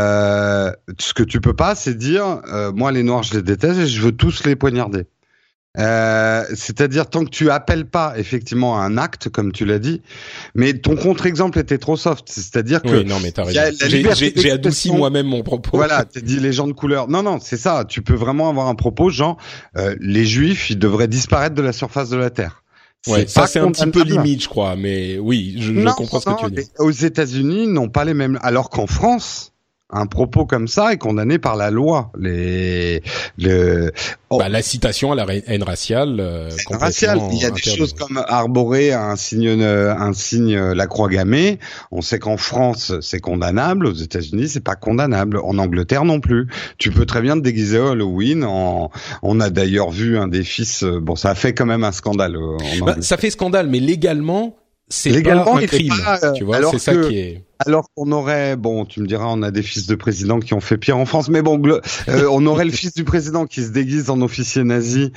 C: Ce que tu peux pas, c'est dire moi les Noirs je les déteste et je veux tous les poignarder. C'est-à-dire tant que tu appelles pas effectivement à un acte, comme tu l'as dit, mais ton contre-exemple était trop soft. C'est-à-dire que
B: oui, non, mais t'as raison. J'ai adouci moi-même mon propos.
C: Voilà, t'as dit les gens de couleur. Non, c'est ça. Tu peux vraiment avoir un propos genre les Juifs, ils devraient disparaître de la surface de la terre.
B: Ouais, ça c'est un petit peu limite, je crois, mais oui, je comprends ce que tu dis.
C: Aux États-Unis, ils n'ont pas les mêmes, alors qu'en France, un propos comme ça est condamné par la loi.
B: La citation à la haine raciale.
C: Il y a des choses comme arborer un signe, la croix gammée. On sait qu'en France, c'est condamnable. Aux États-Unis, c'est pas condamnable. En Angleterre non plus. Tu peux très bien te déguiser à Halloween. On a d'ailleurs vu un des fils. Bon, ça a fait quand même un scandale.
B: Ça fait scandale, mais légalement, c'est pas un crime. Tu vois, c'est ça qui est.
C: Alors qu'on aurait, bon, tu me diras, on a des fils de présidents qui ont fait pire en France, mais bon, on aurait le fils du président qui se déguise en officier nazi.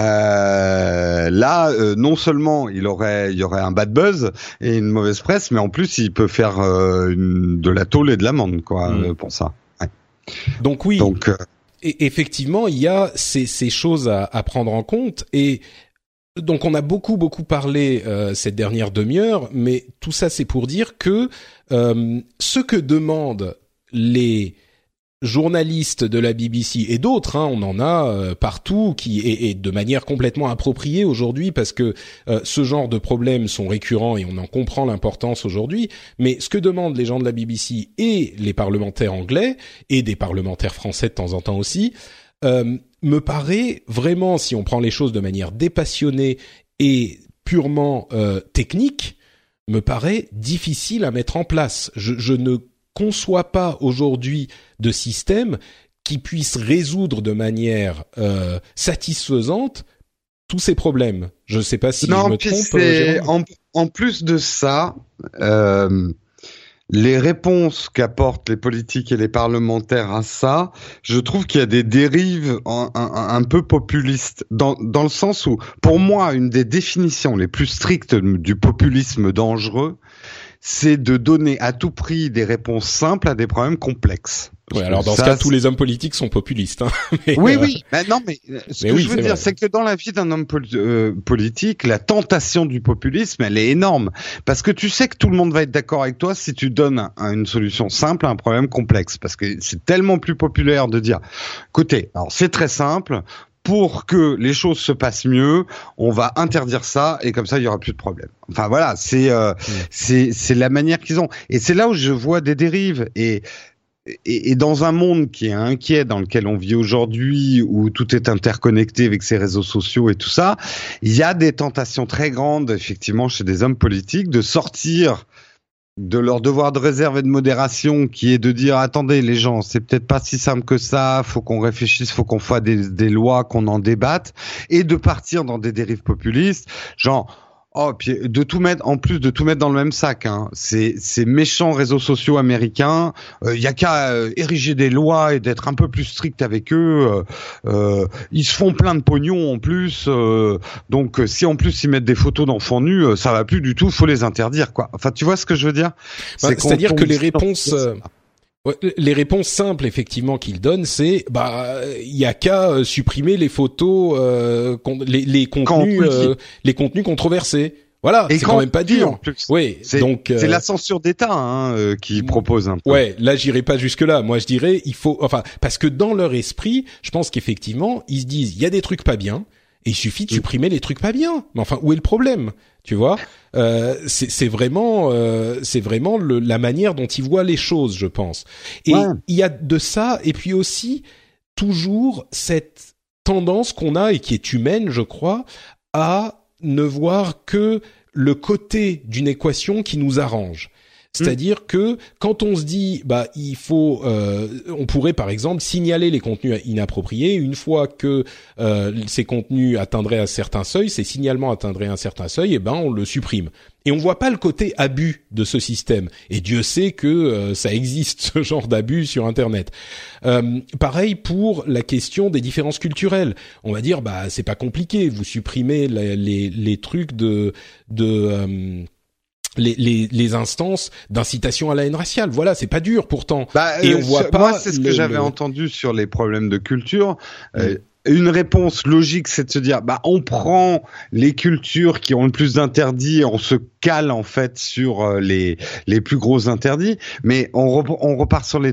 C: Non seulement il y aurait un bad buzz et une mauvaise presse, mais en plus il peut faire de la tôle et de l'amende, quoi, pour ça. Ouais.
B: Donc oui. Et effectivement, il y a ces choses à prendre en compte et. Donc on a beaucoup parlé cette dernière demi-heure, mais tout ça c'est pour dire que ce que demandent les journalistes de la BBC et d'autres, on en a partout, et de manière complètement appropriée aujourd'hui parce que ce genre de problèmes sont récurrents et on en comprend l'importance aujourd'hui. Mais ce que demandent les gens de la BBC et les parlementaires anglais et des parlementaires français de temps en temps aussi. Me paraît vraiment, si on prend les choses de manière dépassionnée et purement technique, me paraît difficile à mettre en place. Je ne conçois pas aujourd'hui de système qui puisse résoudre de manière satisfaisante tous ces problèmes. Je ne sais pas si je me trompe.
C: En plus de ça, les réponses qu'apportent les politiques et les parlementaires à ça, je trouve qu'il y a des dérives un peu populistes, dans le sens où, pour moi, une des définitions les plus strictes du populisme dangereux, c'est de donner à tout prix des réponses simples à des problèmes complexes.
B: Ouais, alors dans ce cas, tous les hommes politiques sont populistes.
C: Mais oui. Mais non, mais ce que je veux dire, c'est que dans la vie d'un homme politique, la tentation du populisme, elle est énorme. Parce que tu sais que tout le monde va être d'accord avec toi si tu donnes une solution simple à un problème complexe. Parce que c'est tellement plus populaire de dire, écoutez, alors c'est très simple, pour que les choses se passent mieux, on va interdire ça et comme ça il y aura plus de problème. Enfin voilà, c'est la manière qu'ils ont. Et c'est là où je vois des dérives et dans un monde qui est inquiet, dans lequel on vit aujourd'hui, où tout est interconnecté avec ces réseaux sociaux et tout ça, il y a des tentations très grandes, effectivement, chez des hommes politiques de sortir de leur devoir de réserve et de modération, qui est de dire, attendez les gens, c'est peut-être pas si simple que ça, faut qu'on réfléchisse, faut qu'on fasse des lois, qu'on en débatte, et de partir dans des dérives populistes, genre... puis de tout mettre dans le même sac, Ces méchants réseaux sociaux américains, y a qu'à ériger des lois et d'être un peu plus strict avec eux. Ils se font plein de pognon en plus. Donc si en plus ils mettent des photos d'enfants nus, ça va plus du tout. Faut les interdire, quoi. Enfin, tu vois ce que je veux dire?
B: C'est-à-dire que les réponses simples effectivement qu'ils donnent, c'est il y a qu'à supprimer les photos, les contenus controversés. Voilà, c'est quand même pas dur. Oui, donc
C: c'est la censure d'État qui propose un peu.
B: Ouais, là j'irai pas jusque là. Moi je dirais parce que dans leur esprit, je pense qu'effectivement ils se disent il y a des trucs pas bien et il suffit de supprimer les trucs pas bien. Mais enfin où est le problème? Tu vois, c'est vraiment la manière dont ils voient les choses, je pense. Et il y a de ça, et puis aussi toujours cette tendance qu'on a et qui est humaine, je crois, à ne voir que le côté d'une équation qui nous arrange. C'est-à-dire que quand on se dit il faut on pourrait par exemple signaler les contenus inappropriés une fois que ces contenus atteindraient un certain seuil, ces signalements atteindraient un certain seuil, et on le supprime. Et on voit pas le côté abus de ce système. Et Dieu sait que ça existe ce genre d'abus sur Internet. Pareil pour la question des différences culturelles. On va dire c'est pas compliqué, vous supprimez les trucs les instances d'incitation à la haine raciale. Voilà, c'est pas dur pourtant.
C: Et on voit pas. Moi, c'est ce que j'avais entendu sur les problèmes de culture. une réponse logique, c'est de se dire, on prend les cultures qui ont le plus d'interdits, et on se cale en fait sur les plus gros interdits. Mais on repart sur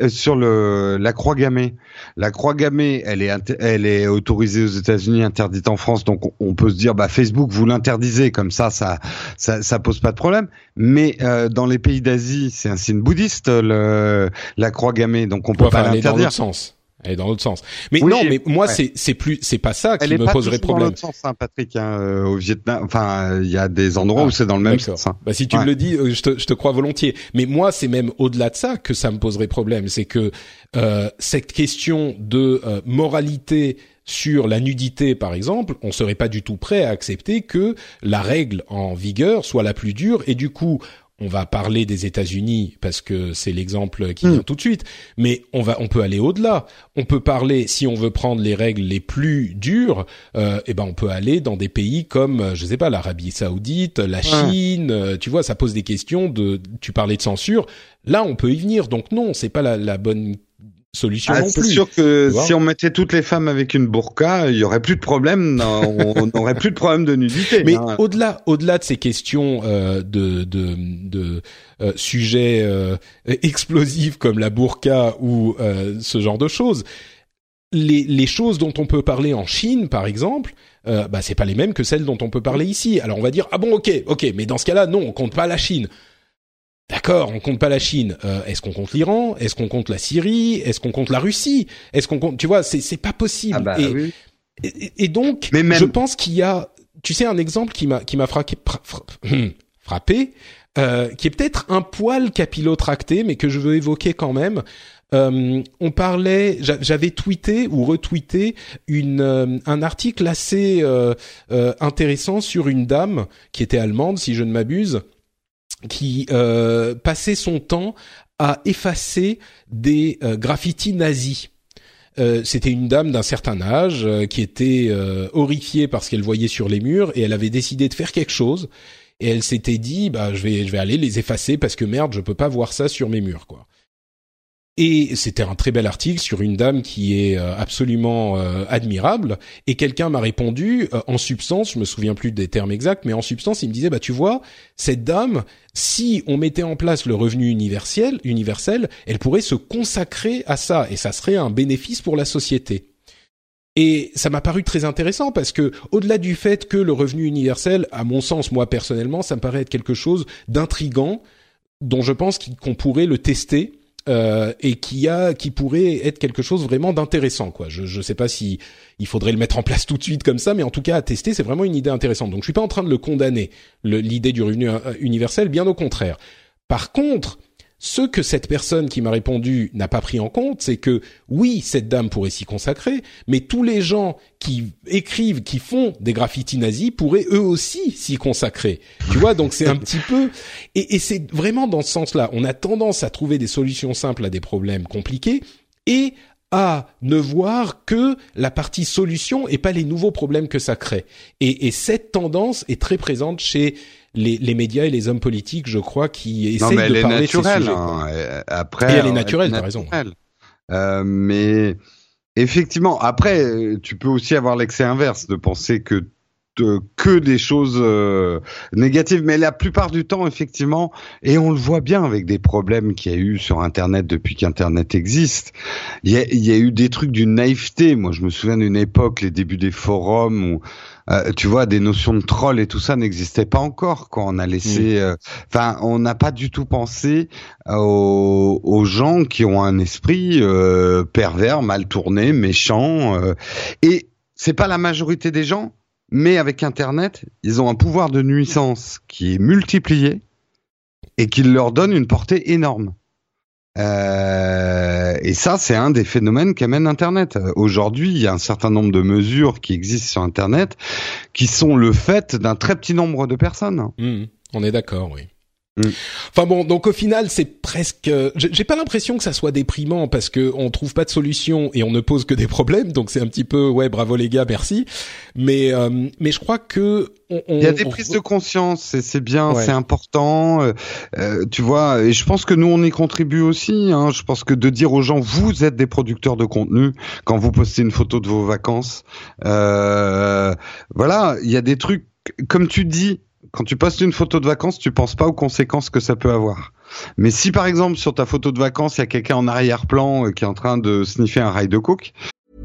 C: la croix gammée. La croix gammée, elle est autorisée aux États-Unis, interdite en France. Donc on peut se dire, Facebook, vous l'interdisez, comme ça pose pas de problème. Mais dans les pays d'Asie, c'est un signe bouddhiste, la croix gammée, donc on peut pas l'interdire.
B: Dans l'autre sens. Elle est dans l'autre sens. Mais oui, mais moi c'est pas ça qui me poserait problème.
C: Elle est pas dans l'autre sens, Patrick. Au Vietnam, il y a des endroits où c'est dans le même sens.
B: Si tu me le dis, je te crois volontiers. Mais moi, c'est même au-delà de ça que ça me poserait problème. C'est que cette question de moralité sur la nudité, par exemple, on serait pas du tout prêt à accepter que la règle en vigueur soit la plus dure, et du coup, on va parler des États-Unis parce que c'est l'exemple qui vient tout de suite, mais on peut aller au-delà. On peut parler, si on veut prendre les règles les plus dures, on peut aller dans des pays comme, je sais pas, l'Arabie Saoudite, la Chine. Tu vois, ça pose des questions tu parlais de censure. Là, on peut y venir. Donc non, c'est pas la bonne solution non plus.
C: C'est sûr que si on mettait toutes les femmes avec une burqa, il y aurait plus de problème, on n'aurait plus de problème de nudité.
B: Mais au-delà de ces questions de sujets explosifs comme la burqa ou ce genre de choses, les choses dont on peut parler en Chine, par exemple, c'est pas les mêmes que celles dont on peut parler ici. Alors on va dire ok, mais dans ce cas-là, non, on compte pas la Chine. D'accord, on compte pas la Chine. Est-ce qu'on compte l'Iran? Est-ce qu'on compte la Syrie? Est-ce qu'on compte la Russie? Est-ce qu'on compte? Tu vois, c'est pas possible.
C: Oui.
B: Et donc, je pense qu'il y a, tu sais, un exemple qui m'a frappé, qui est peut-être un poil capillotracté, mais que je veux évoquer quand même. On parlait, j'avais tweeté ou retweeté un article assez intéressant sur une dame qui était allemande, si je ne m'abuse, qui passait son temps à effacer des graffitis nazis. C'était une dame d'un certain âge qui était horrifiée par ce qu'elle voyait sur les murs, et elle avait décidé de faire quelque chose, et elle s'était dit je vais aller les effacer parce que merde, je peux pas voir ça sur mes murs, quoi. Et c'était un très bel article sur une dame qui est absolument admirable, et quelqu'un m'a répondu en substance, je me souviens plus des termes exacts, mais en substance il me disait tu vois, cette dame, si on mettait en place le revenu universel, elle pourrait se consacrer à ça, et ça serait un bénéfice pour la société. Et ça m'a paru très intéressant parce que, au-delà du fait que le revenu universel, à mon sens, moi personnellement, ça me paraît être quelque chose d'intriguant, dont je pense qu'on pourrait le tester. Et qui pourrait être quelque chose vraiment d'intéressant, quoi. Je sais pas si il faudrait le mettre en place tout de suite comme ça, mais en tout cas à tester, c'est vraiment une idée intéressante. Donc je suis pas en train de le condamner, l'idée du revenu universel, bien au contraire. Par contre, ce que cette personne qui m'a répondu n'a pas pris en compte, c'est que oui, cette dame pourrait s'y consacrer, mais tous les gens qui écrivent, qui font des graffitis nazis pourraient eux aussi s'y consacrer. Tu vois, donc c'est un petit peu... Et c'est vraiment dans ce sens-là. On a tendance à trouver des solutions simples à des problèmes compliqués et à ne voir que la partie solution et pas les nouveaux problèmes que ça crée. Et cette tendance est très présente chez les médias et les hommes politiques, je crois, qui essayent de parler de ces sujets.
C: Après,
B: et elle est naturelle, t'as raison.
C: Mais effectivement, après, tu peux aussi avoir l'excès inverse de penser que des choses négatives, mais la plupart du temps, effectivement, et on le voit bien avec des problèmes qu'il y a eu sur Internet depuis qu'Internet existe, il y a eu des trucs d'une naïveté. Moi, je me souviens d'une époque, les débuts des forums où tu vois, des notions de troll et tout ça n'existaient pas encore quand on a laissé. On n'a pas du tout pensé aux gens qui ont un esprit pervers, mal tourné, méchant. Et c'est pas la majorité des gens, mais avec Internet, ils ont un pouvoir de nuisance qui est multiplié et qui leur donne une portée énorme. Et ça, c'est un des phénomènes qu'amène Internet. Aujourd'hui, il y a un certain nombre de mesures qui existent sur Internet qui sont le fait d'un très petit nombre de personnes.
B: On est d'accord, oui. Enfin bon, donc au final, c'est presque. J'ai pas l'impression que ça soit déprimant parce que on trouve pas de solution et on ne pose que des problèmes. Donc c'est un petit peu ouais, bravo les gars, merci. Mais je crois que
C: il y a des prises de conscience et c'est bien, c'est important. Tu vois, et je pense que nous on y contribue aussi. Hein. Je pense que de dire aux gens, vous êtes des producteurs de contenu quand vous postez une photo de vos vacances. Voilà, il y a des trucs comme tu dis. Quand tu postes une photo de vacances, tu penses pas aux conséquences que ça peut avoir. Mais si par exemple sur ta photo de vacances, il y a quelqu'un en arrière-plan qui est en train de sniffer un rail de coke.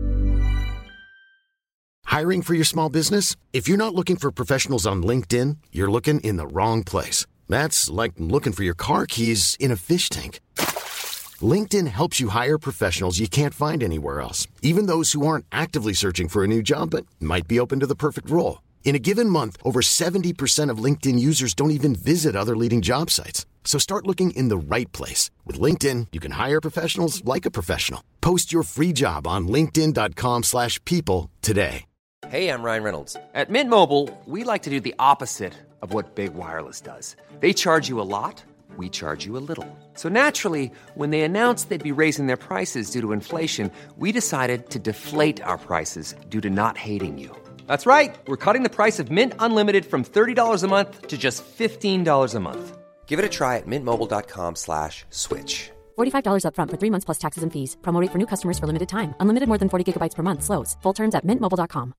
A: Hiring for your small business? If you're not looking for professionals on LinkedIn, you're looking in the wrong place. That's like looking for your car keys in a fish tank. LinkedIn helps you hire professionals you can't find anywhere else, even those who aren't actively searching for a new job but might be open to the perfect role. In a given month, over 70% of LinkedIn users don't even visit other leading job sites. So start looking in the right place. With LinkedIn, you can hire professionals like a professional. Post your free job on linkedin.com/people today.
D: Hey, I'm Ryan Reynolds. At Mint Mobile, we like to do the opposite of what Big Wireless does. They charge you a lot, we charge you a little. So naturally, when they announced they'd be raising their prices due to inflation, we decided to deflate our prices due to not hating you. That's right. We're cutting the price of Mint Unlimited from $30 a month to just $15 a month. Give it a try at mintmobile.com/switch.
E: $45 up front for 3 months plus taxes and fees. Promo rate for new customers for limited time. Unlimited more than 40 gigabytes per month. Slows full terms at mintmobile.com.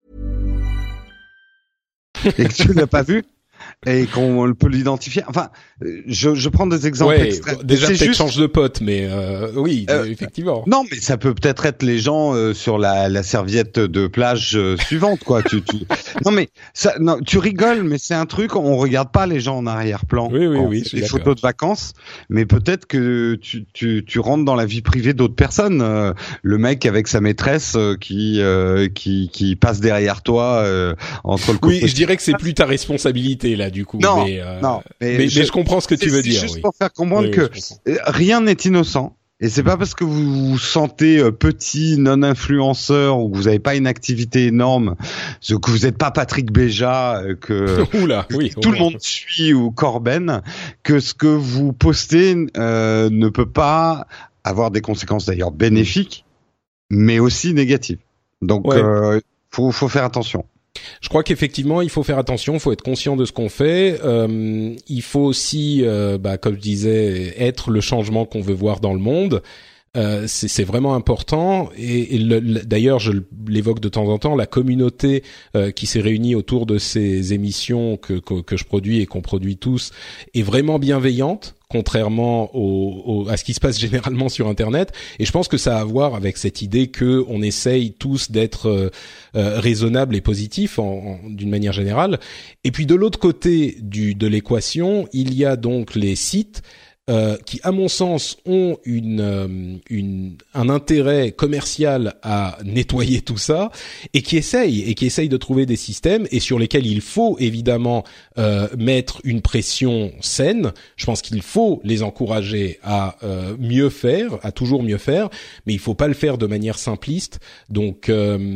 C: Et que tu l'as pas vu et qu'on peut l'identifier. Enfin, je prends des exemples extrêmes.
B: Déjà peut-être change de pote, mais oui, effectivement.
C: Non, mais ça peut peut-être être les gens sur la serviette de plage suivante, quoi. Non, mais ça, non, tu rigoles, mais c'est un truc. On regarde pas les gens en arrière-plan.
B: Oui.
C: Les photos de vacances, mais peut-être que tu rentres dans la vie privée d'autres personnes. Le mec avec sa maîtresse qui passe derrière toi entre le.
B: Oui, je dirais que c'est plus ta responsabilité là, du coup.
C: Non,
B: mais je comprends ce que tu veux dire.
C: C'est juste pour faire comprendre que rien n'est innocent. Et c'est pas parce que vous vous sentez petit, non-influenceur, ou que vous avez pas une activité énorme, que vous êtes pas Patrick Béja, que tout le monde suit, ou Corben, que ce que vous postez ne peut pas avoir des conséquences d'ailleurs bénéfiques, mais aussi négatives. Donc, faut faire attention.
B: Je crois qu'effectivement, il faut faire attention, il faut être conscient de ce qu'on fait. Il faut aussi, comme je disais, être le changement qu'on veut voir dans le monde. C'est vraiment important. Et d'ailleurs, je l'évoque de temps en temps, la communauté qui s'est réunie autour de ces émissions que je produis et qu'on produit tous est vraiment bienveillante, contrairement à ce qui se passe généralement sur Internet. Et je pense que ça a à voir avec cette idée que on essaye tous d'être raisonnables et positifs d'une manière générale. Et puis de l'autre côté de l'équation, il y a donc les sites qui, à mon sens, ont un intérêt commercial à nettoyer tout ça et qui essayent de trouver des systèmes et sur lesquels il faut évidemment mettre une pression saine. Je pense qu'il faut les encourager à mieux faire, à toujours mieux faire, mais il faut pas le faire de manière simpliste. Donc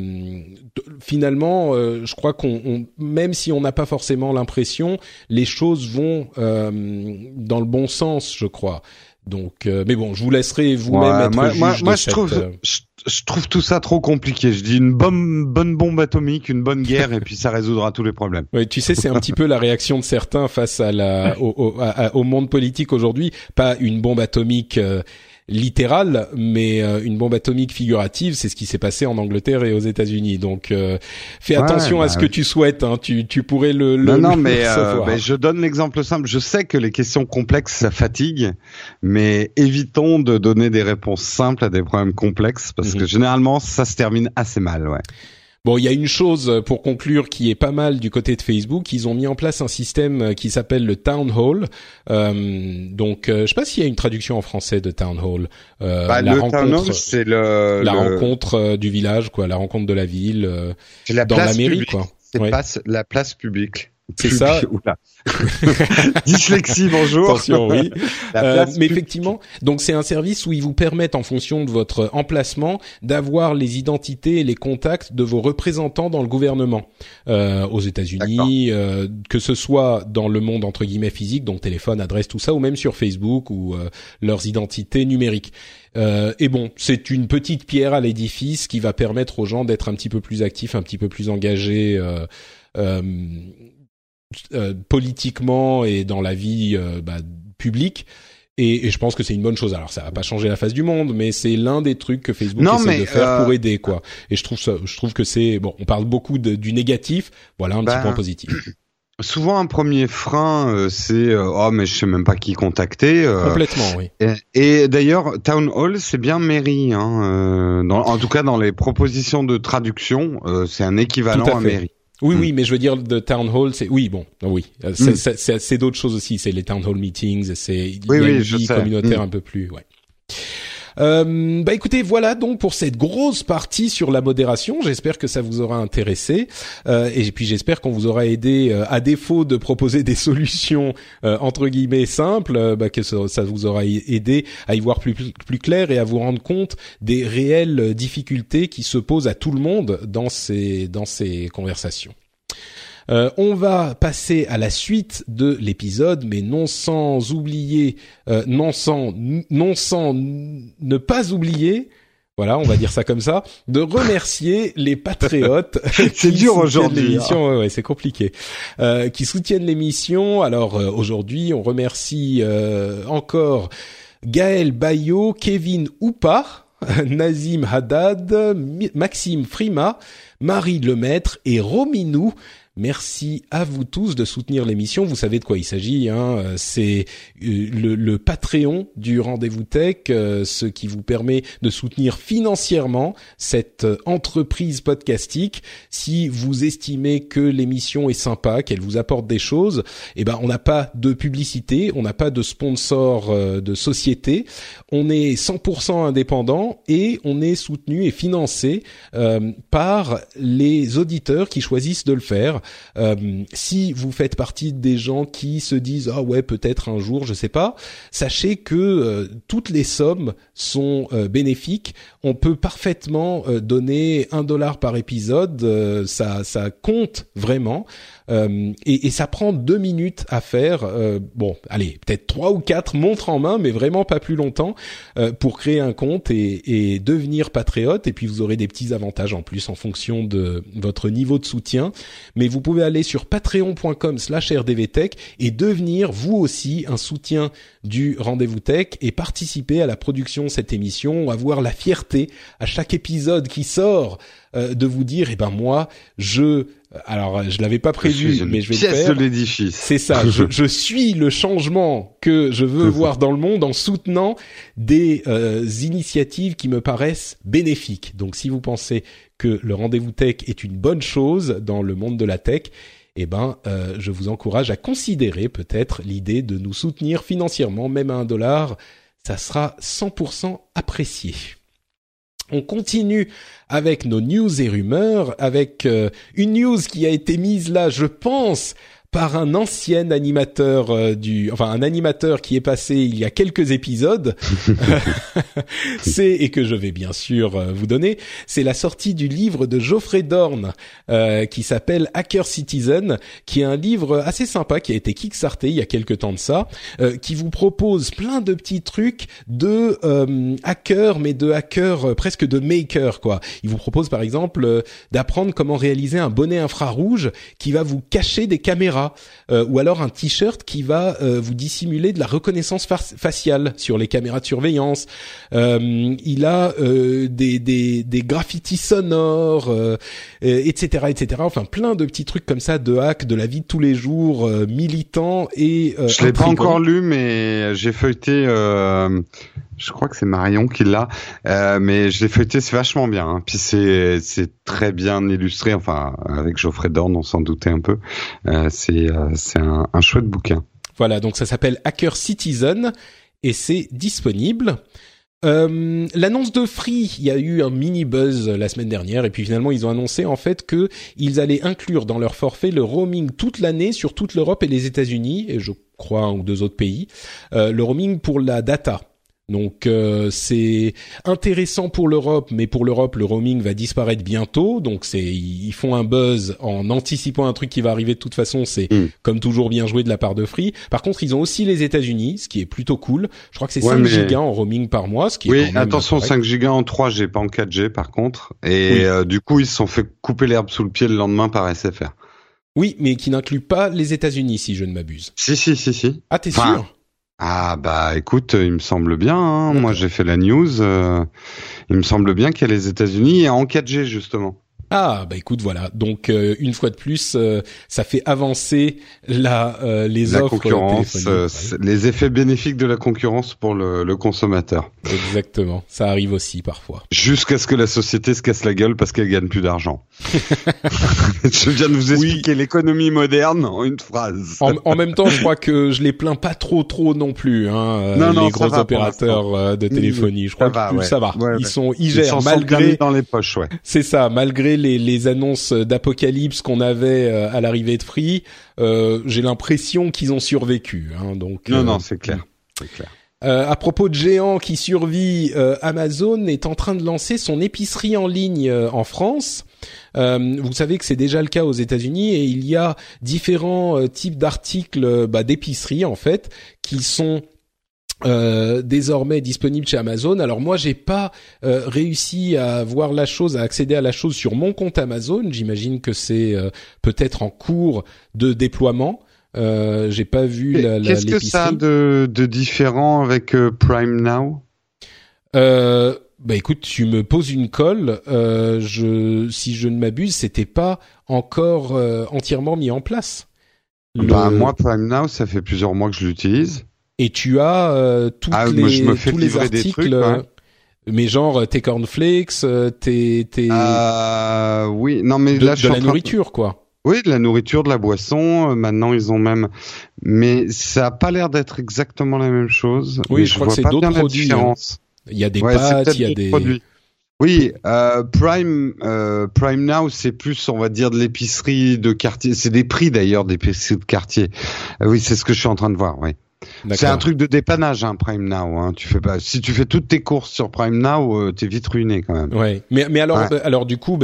B: finalement, je crois même si on n'a pas forcément l'impression, les choses vont dans le bon sens, je crois. Donc, mais bon, je vous laisserai vous-même être juge de cette...
C: Je trouve tout ça trop compliqué. Je dis une bonne bombe atomique, une bonne guerre, et puis ça résoudra tous les problèmes.
B: Oui, tu sais, c'est un petit peu la réaction de certains face au monde politique aujourd'hui. Pas une bombe atomique littérale, mais une bombe atomique figurative. C'est ce qui s'est passé en Angleterre et aux États-Unis. Donc, fais attention à ce que tu souhaites. Hein. Tu pourrais le
C: mais je donne l'exemple simple. Je sais que les questions complexes ça fatigue, mais évitons de donner des réponses simples à des problèmes complexes parce que généralement ça se termine assez mal. Ouais.
B: Bon, il y a une chose pour conclure qui est pas mal du côté de Facebook. Ils ont mis en place un système qui s'appelle le Town Hall. Donc, je sais pas s'il y a une traduction en français de Town Hall.
C: Town Hall, c'est la
B: rencontre du village, quoi, la rencontre de la ville,
C: c'est la
B: dans
C: place
B: la mairie,
C: publique.
B: quoi.
C: C'est la place publique.
B: C'est ça.
C: Dyslexie, bonjour.
B: Attention, oui. Mais effectivement, donc c'est un service où ils vous permettent, en fonction de votre emplacement, d'avoir les identités et les contacts de vos représentants dans le gouvernement aux États-Unis, que ce soit dans le monde entre guillemets physique, donc téléphone, adresse, tout ça, ou même sur Facebook ou leurs identités numériques. Et bon, c'est une petite pierre à l'édifice qui va permettre aux gens d'être un petit peu plus actifs, un petit peu plus engagés politiquement et dans la vie publique. Et je pense que c'est une bonne chose. Alors ça va pas changer la face du monde, mais c'est l'un des trucs que Facebook essaie de faire pour aider, quoi. Et je trouve que c'est bon. On parle beaucoup du négatif. Voilà un petit point positif.
C: Souvent un premier frein, c'est mais je sais même pas qui contacter.
B: Complètement, oui.
C: Et d'ailleurs, Town Hall, c'est bien mairie, en tout cas dans les propositions de traduction, c'est un équivalent à mairie.
B: Oui, mais je veux dire, le town hall, c'est c'est d'autres choses aussi. C'est les town hall meetings, il y a une vie communautaire un peu plus, ouais. Écoutez, voilà donc pour cette grosse partie sur la modération. J'espère que ça vous aura intéressé et puis j'espère qu'on vous aura aidé, à défaut de proposer des solutions entre guillemets simples, que ça vous aura aidé à y voir plus clair et à vous rendre compte des réelles difficultés qui se posent à tout le monde dans ces conversations. On va passer à la suite de l'épisode, mais non sans ne pas oublier, voilà, on va dire ça comme ça, de remercier les patriotes.
C: C'est dur aujourd'hui.
B: L'émission, ouais, c'est compliqué. Qui soutiennent l'émission. Alors aujourd'hui, on remercie encore Gaël Bayot, Kevin Oupa, Nazim Haddad, Maxime Frima, Marie Lemaître et Rominou. Merci à vous tous de soutenir l'émission. Vous savez de quoi il s'agit, c'est le Patreon du Rendez-vous Tech, ce qui vous permet de soutenir financièrement cette entreprise podcastique. Si vous estimez que l'émission est sympa, qu'elle vous apporte des choses, on n'a pas de publicité, on n'a pas de sponsor de société, on est 100% indépendant et on est soutenu et financé par les auditeurs qui choisissent de le faire. Si vous faites partie des gens qui se disent peut-être un jour, je sais pas, sachez que toutes les sommes sont bénéfiques. On peut parfaitement donner $1 par épisode, ça compte vraiment. Et ça prend 2 minutes à faire. Allez, peut-être 3 ou 4 montres en main, mais vraiment pas plus longtemps pour créer un compte et devenir patriote. Et puis vous aurez des petits avantages en plus en fonction de votre niveau de soutien. Mais vous pouvez aller sur patreon.com/rdvtech et devenir vous aussi un soutien du Rendez-vous Tech et participer à la production de cette émission, avoir la fierté à chaque épisode qui sort de vous dire moi alors je l'avais pas prévu, mais je vais le faire.
C: Pièce de l'édifice.
B: C'est ça. Je suis le changement que je veux voir dans le monde en soutenant des initiatives qui me paraissent bénéfiques. Donc si vous pensez que le Rendez-vous Tech est une bonne chose dans le monde de la tech, je vous encourage à considérer peut-être l'idée de nous soutenir financièrement, même à $1. Ça sera 100% apprécié. On continue avec nos news et rumeurs, avec une news qui a été mise là, je pense, par un ancien animateur un animateur qui est passé il y a quelques épisodes. Et que je vais bien sûr vous donner, c'est la sortie du livre de Geoffrey Dorn qui s'appelle Hacker Citizen, qui est un livre assez sympa qui a été kickstarté il y a quelques temps de ça, qui vous propose plein de petits trucs de hacker, mais de hacker presque de maker, quoi. Il vous propose par exemple d'apprendre comment réaliser un bonnet infrarouge qui va vous cacher des caméras. Ou alors un t-shirt qui va vous dissimuler de la reconnaissance faciale sur les caméras de surveillance. Il a des graffitis sonores, etc. Enfin plein de petits trucs comme ça de hack de la vie de tous les jours, militants et
C: je l'ai pas encore lu, mais j'ai feuilleté. Je crois que c'est Marion qui l'a, mais je l'ai feuilleté, c'est vachement bien. Hein. Puis c'est très bien illustré. Enfin, avec Geoffrey Dorn, on s'en doutait un peu. C'est un chouette bouquin.
B: Voilà, donc ça s'appelle Hacker Citizen et c'est disponible. L'annonce de Free, il y a eu un mini buzz la semaine dernière et puis finalement ils ont annoncé en fait que ils allaient inclure dans leur forfait le roaming toute l'année sur toute l'Europe et les États-Unis et je crois un ou deux autres pays, le roaming pour la data. Donc c'est intéressant pour l'Europe, mais pour l'Europe le roaming va disparaître bientôt. Donc ils font un buzz en anticipant un truc qui va arriver de toute façon. C'est comme toujours bien joué de la part de Free. Par contre, ils ont aussi les États-Unis, ce qui est plutôt cool. Je crois que c'est 5 gigas en roaming par mois, ce qui est quand même
C: attention, 5 gigas en 3G, pas en 4G par contre. Et du coup, ils se sont fait couper l'herbe sous le pied le lendemain par SFR.
B: Oui, mais qui n'inclut pas les États-Unis, si je ne m'abuse.
C: Si.
B: Ah, t'es sûr?
C: Ah bah écoute, il me semble bien. Hein. Moi j'ai fait la news. Il me semble bien qu'il y a les États-Unis en 4G justement.
B: Ah bah écoute voilà. Donc une fois de plus, ça fait avancer les offres
C: concurrence, les effets bénéfiques de la concurrence pour le consommateur.
B: Exactement. Ça arrive aussi parfois.
C: Jusqu'à ce que la société se casse la gueule parce qu'elle gagne plus d'argent. Je viens de vous expliquer l'économie moderne en une phrase.
B: En même temps, je crois que je les plains pas trop non plus. Les gros opérateurs de téléphonie. Je crois que ça va. Ouais, ils gèrent malgré
C: dans les poches. Ouais.
B: C'est ça. Malgré les annonces d'apocalypse qu'on avait à l'arrivée de Free, j'ai l'impression qu'ils ont survécu. Donc
C: non, c'est clair. C'est clair.
B: À propos de géants qui survit, Amazon est en train de lancer son épicerie en ligne en France. Vous savez que c'est déjà le cas aux États-Unis et il y a différents types d'articles d'épicerie en fait qui sont désormais disponible chez Amazon. Alors moi j'ai pas réussi à voir la chose, à accéder à la chose sur mon compte Amazon. J'imagine que c'est peut-être en cours de déploiement. J'ai pas vu
C: Qu'est-ce que ça a de différent avec Prime Now?
B: Écoute, tu me poses une colle. Si je ne m'abuse, c'était pas encore entièrement mis en place.
C: Moi Prime Now, ça fait plusieurs mois que je l'utilise.
B: Et tu as tous les articles,
C: des trucs, ouais.
B: Mais genre tes cornflakes,
C: oui, non mais là
B: de la nourriture quoi.
C: Oui, de la nourriture, de la boisson. Maintenant ils ont même, mais ça a pas l'air d'être exactement la même chose.
B: Oui, je crois que c'est d'autres produits. Il y a des pâtes, il y a des
C: produits. Oui, Prime Now, c'est plus, on va dire, de l'épicerie de quartier. C'est des prix d'ailleurs d'épicerie de quartier. Oui, c'est ce que je suis en train de voir. Oui. D'accord. C'est un truc de dépannage, Prime Now. Tu fais pas. Si tu fais toutes tes courses sur Prime Now, t'es vite ruiné quand même.
B: Ouais. Mais alors du coup,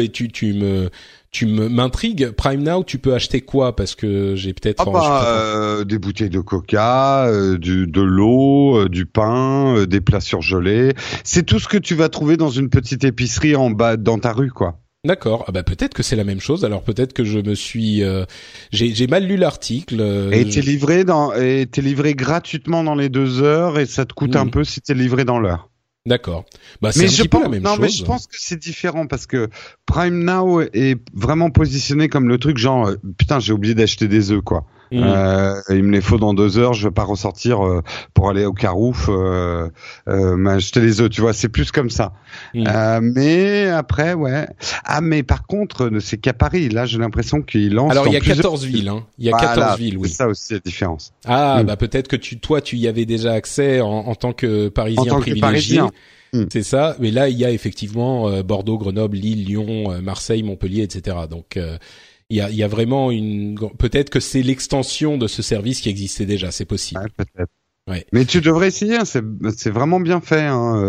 B: tu m'intrigues. Prime Now, tu peux acheter quoi? Parce que j'ai peut-être
C: des bouteilles de Coca, de l'eau, du pain, des plats surgelés. C'est tout ce que tu vas trouver dans une petite épicerie en bas dans ta rue, quoi.
B: D'accord. Peut-être que c'est la même chose. Alors peut-être que je me suis, j'ai mal lu l'article.
C: Et t'es livré gratuitement dans les 2 heures et ça te coûte un peu si t'es livré dans l'heure.
B: D'accord. C'est un petit peu la même chose.
C: Mais je pense que c'est différent parce que Prime Now est vraiment positionné comme le truc genre putain j'ai oublié d'acheter des œufs quoi. Il me les faut dans 2 heures, je vais pas ressortir pour aller au Carouf m'acheter les œufs, tu vois, c'est plus comme ça. Mais après ouais. Mais par contre c'est qu'à Paris, là j'ai l'impression qu'ils lancent.
B: Alors il y a 14 villes il y a 14 villes, oui.
C: C'est ça aussi la différence.
B: Peut-être que toi tu y avais déjà accès en tant que Parisien privilégié. C'est ça, mais là il y a effectivement Bordeaux, Grenoble, Lille, Lyon, Marseille, Montpellier, etc. Donc il y a vraiment peut-être que c'est l'extension de ce service qui existait déjà, c'est possible.
C: Ouais, peut-être.
B: Ouais.
C: Mais tu devrais essayer, c'est vraiment bien fait,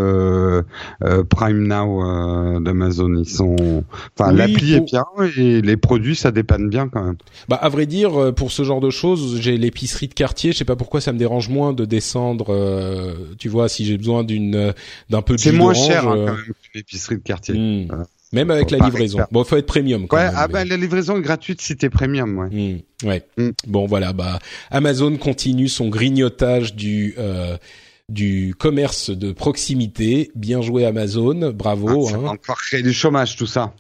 C: Prime Now d'Amazon. L'appli est bien et les produits ça dépanne bien quand même.
B: À vrai dire, pour ce genre de choses, j'ai l'épicerie de quartier. Je sais pas pourquoi ça me dérange moins de descendre. Tu vois, si j'ai besoin d'un peu de
C: c'est moins cher quand même qu'une épicerie de quartier.
B: Même avec la livraison. Bon, faut être premium quand même.
C: La livraison est gratuite si t'es premium, ouais.
B: Bon, voilà, Amazon continue son grignotage du commerce de proximité. Bien joué Amazon, bravo.
C: Ça va encore créer du chômage tout ça.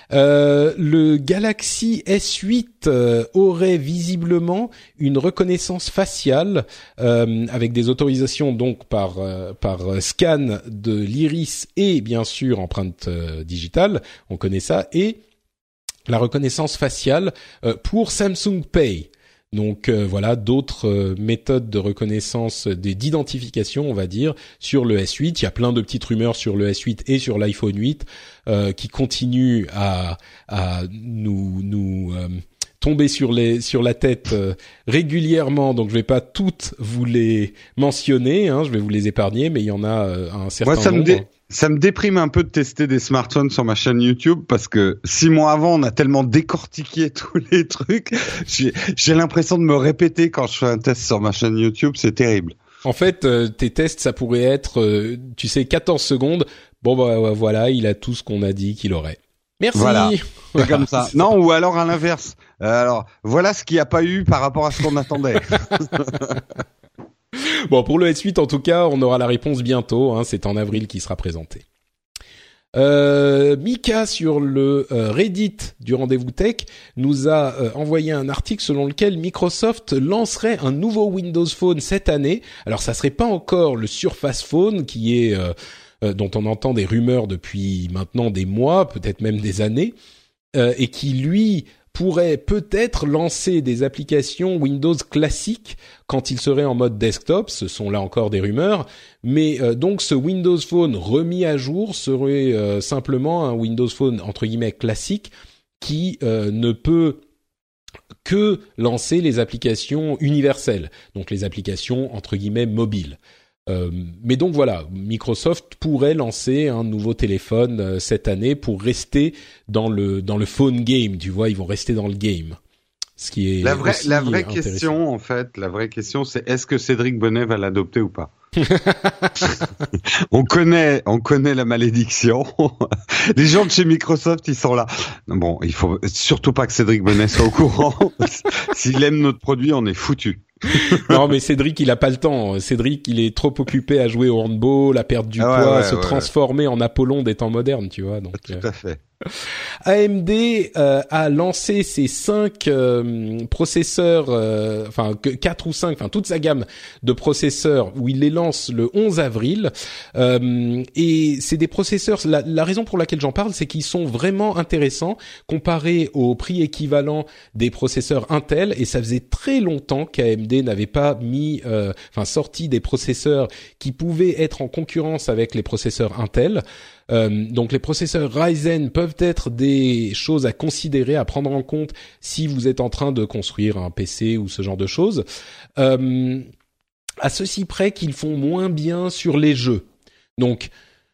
B: Le Galaxy S8 aurait visiblement une reconnaissance faciale avec des autorisations donc par scan de l'iris et bien sûr empreinte digitale, on connaît ça, et la reconnaissance faciale pour Samsung Pay. Donc voilà, d'autres méthodes de reconnaissance, d'identification, on va dire, sur le S8. Il y a plein de petites rumeurs sur le S8 et sur l'iPhone 8 qui continuent à nous tomber sur la tête régulièrement. Donc je vais pas toutes vous les mentionner, je vais vous les épargner, mais il y en a un certain nombre.
C: Ça me déprime un peu de tester des smartphones sur ma chaîne YouTube parce que 6 mois avant, on a tellement décortiqué tous les trucs. J'ai l'impression de me répéter quand je fais un test sur ma chaîne YouTube. C'est terrible.
B: En fait, tes tests, ça pourrait être, 14 secondes. Bon, bah voilà, il a tout ce qu'on a dit qu'il aurait. Merci.
C: Voilà. C'est comme ça. Non, ou alors à l'inverse. Alors, voilà ce qu'il n'y a pas eu par rapport à ce qu'on attendait.
B: Bon, pour le S8, en tout cas, on aura la réponse bientôt. C'est en avril qui sera présenté. Mika, sur le Reddit du Rendez-vous Tech, nous a envoyé un article selon lequel Microsoft lancerait un nouveau Windows Phone cette année. Alors, ça serait pas encore le Surface Phone, qui est dont on entend des rumeurs depuis maintenant des mois, peut-être même des années, et qui, lui, pourrait peut-être lancer des applications Windows classiques quand il serait en mode desktop. Ce sont là encore des rumeurs, mais donc ce Windows Phone remis à jour serait simplement un Windows Phone entre guillemets classique qui ne peut que lancer les applications universelles, donc les applications entre guillemets mobiles. Mais donc voilà, Microsoft pourrait lancer un nouveau téléphone cette année pour rester dans le phone game, tu vois, ils vont rester dans le game. Ce qui est
C: la vraie question en fait, la vraie question c'est est-ce que Cédric Bonnet va l'adopter ou pas? on connaît la malédiction. Les gens de chez Microsoft, ils sont là. Bon, il faut surtout pas que Cédric Bonnet soit au courant. S'il aime notre produit, on est foutu.
B: Non, mais Cédric, il a pas le temps. Cédric, il est trop occupé à jouer au handball, à perdre du poids, à se transformer en Apollon des temps modernes, tu vois. Donc,
C: tout à fait.
B: AMD a lancé ses 5 processeurs, 4 ou 5, toute sa gamme de processeurs, où il les lance le 11 avril. Et c'est des processeurs, la raison pour laquelle j'en parle, c'est qu'ils sont vraiment intéressants comparés au prix équivalent des processeurs Intel, et ça faisait très longtemps qu'AMD n'avait pas sorti des processeurs qui pouvaient être en concurrence avec les processeurs Intel. Donc les processeurs Ryzen peuvent être des choses à considérer, à prendre en compte si vous êtes en train de construire un PC ou ce genre de choses. À ceci près qu'ils font moins bien sur les jeux. Donc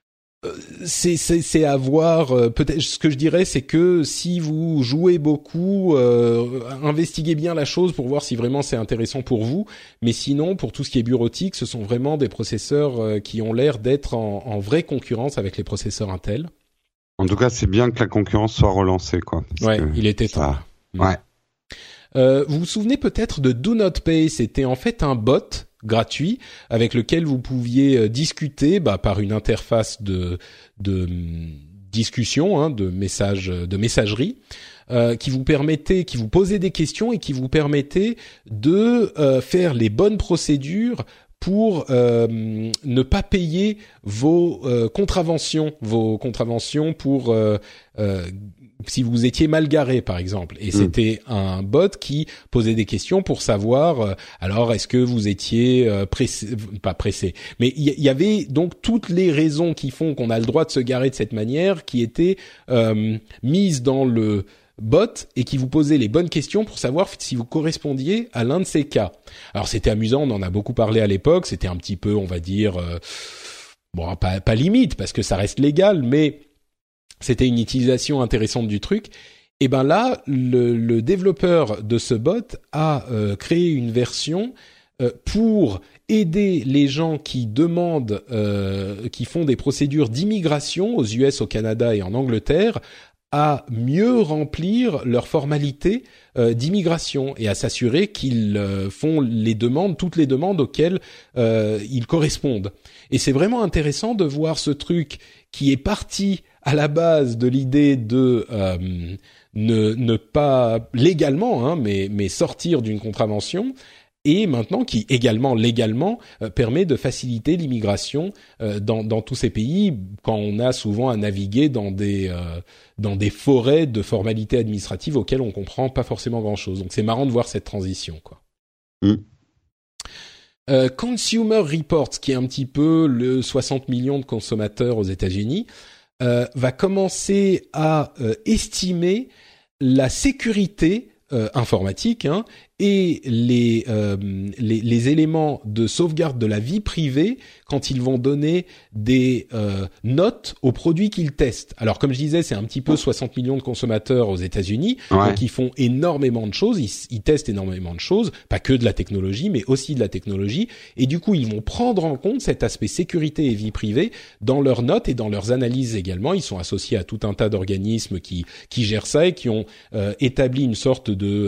B: c'est à voir. Peut-être ce que je dirais, c'est que si vous jouez beaucoup, investiguez bien la chose pour voir si vraiment c'est intéressant pour vous. Mais sinon, pour tout ce qui est bureautique, ce sont vraiment des processeurs qui ont l'air d'être en vraie concurrence avec les processeurs Intel.
C: En tout cas, c'est bien que la concurrence soit relancée, quoi.
B: Ouais, il était temps.
C: Ouais.
B: Vous vous souvenez peut-être de Do Not Pay. C'était en fait un bot gratuit avec lequel vous pouviez discuter par une interface de discussion, de messagerie, qui vous posait des questions et qui vous permettait de faire les bonnes procédures pour ne pas payer vos contraventions pour si vous étiez mal garé, par exemple. Et c'était un bot qui posait des questions pour savoir, alors est-ce que vous étiez pas pressé, mais il y avait donc toutes les raisons qui font qu'on a le droit de se garer de cette manière qui étaient mises dans le bot et qui vous posait les bonnes questions pour savoir si vous correspondiez à l'un de ces cas. Alors c'était amusant, on en a beaucoup parlé à l'époque, c'était un petit peu, on va dire, pas limite parce que ça reste légal, mais c'était une utilisation intéressante du truc. Et ben là, le développeur de ce bot a créé une version pour aider les gens qui demandent, qui font des procédures d'immigration aux US, au Canada et en Angleterre, à mieux remplir leurs formalités d'immigration et à s'assurer qu'ils font toutes les demandes auxquelles ils correspondent. Et c'est vraiment intéressant de voir ce truc qui est parti à la base de l'idée de ne pas légalement, mais sortir d'une contravention, et maintenant qui également légalement permet de faciliter l'immigration dans tous ces pays quand on a souvent à naviguer dans des forêts de formalités administratives auxquelles on comprend pas forcément grand-chose. Donc c'est marrant de voir cette transition, quoi. Consumer Reports, qui est un petit peu le 60 millions de consommateurs aux États-Unis, va commencer à estimer la sécurité informatique et les éléments de sauvegarde de la vie privée quand ils vont donner des notes aux produits qu'ils testent. Alors comme je disais, c'est un petit peu 60 millions de consommateurs aux États-Unis, donc ils font énormément de choses, ils testent énormément de choses, pas que de la technologie, mais aussi de la technologie, et du coup ils vont prendre en compte cet aspect sécurité et vie privée dans leurs notes et dans leurs analyses également. Ils sont associés à tout un tas d'organismes qui gèrent ça et qui ont établi une sorte de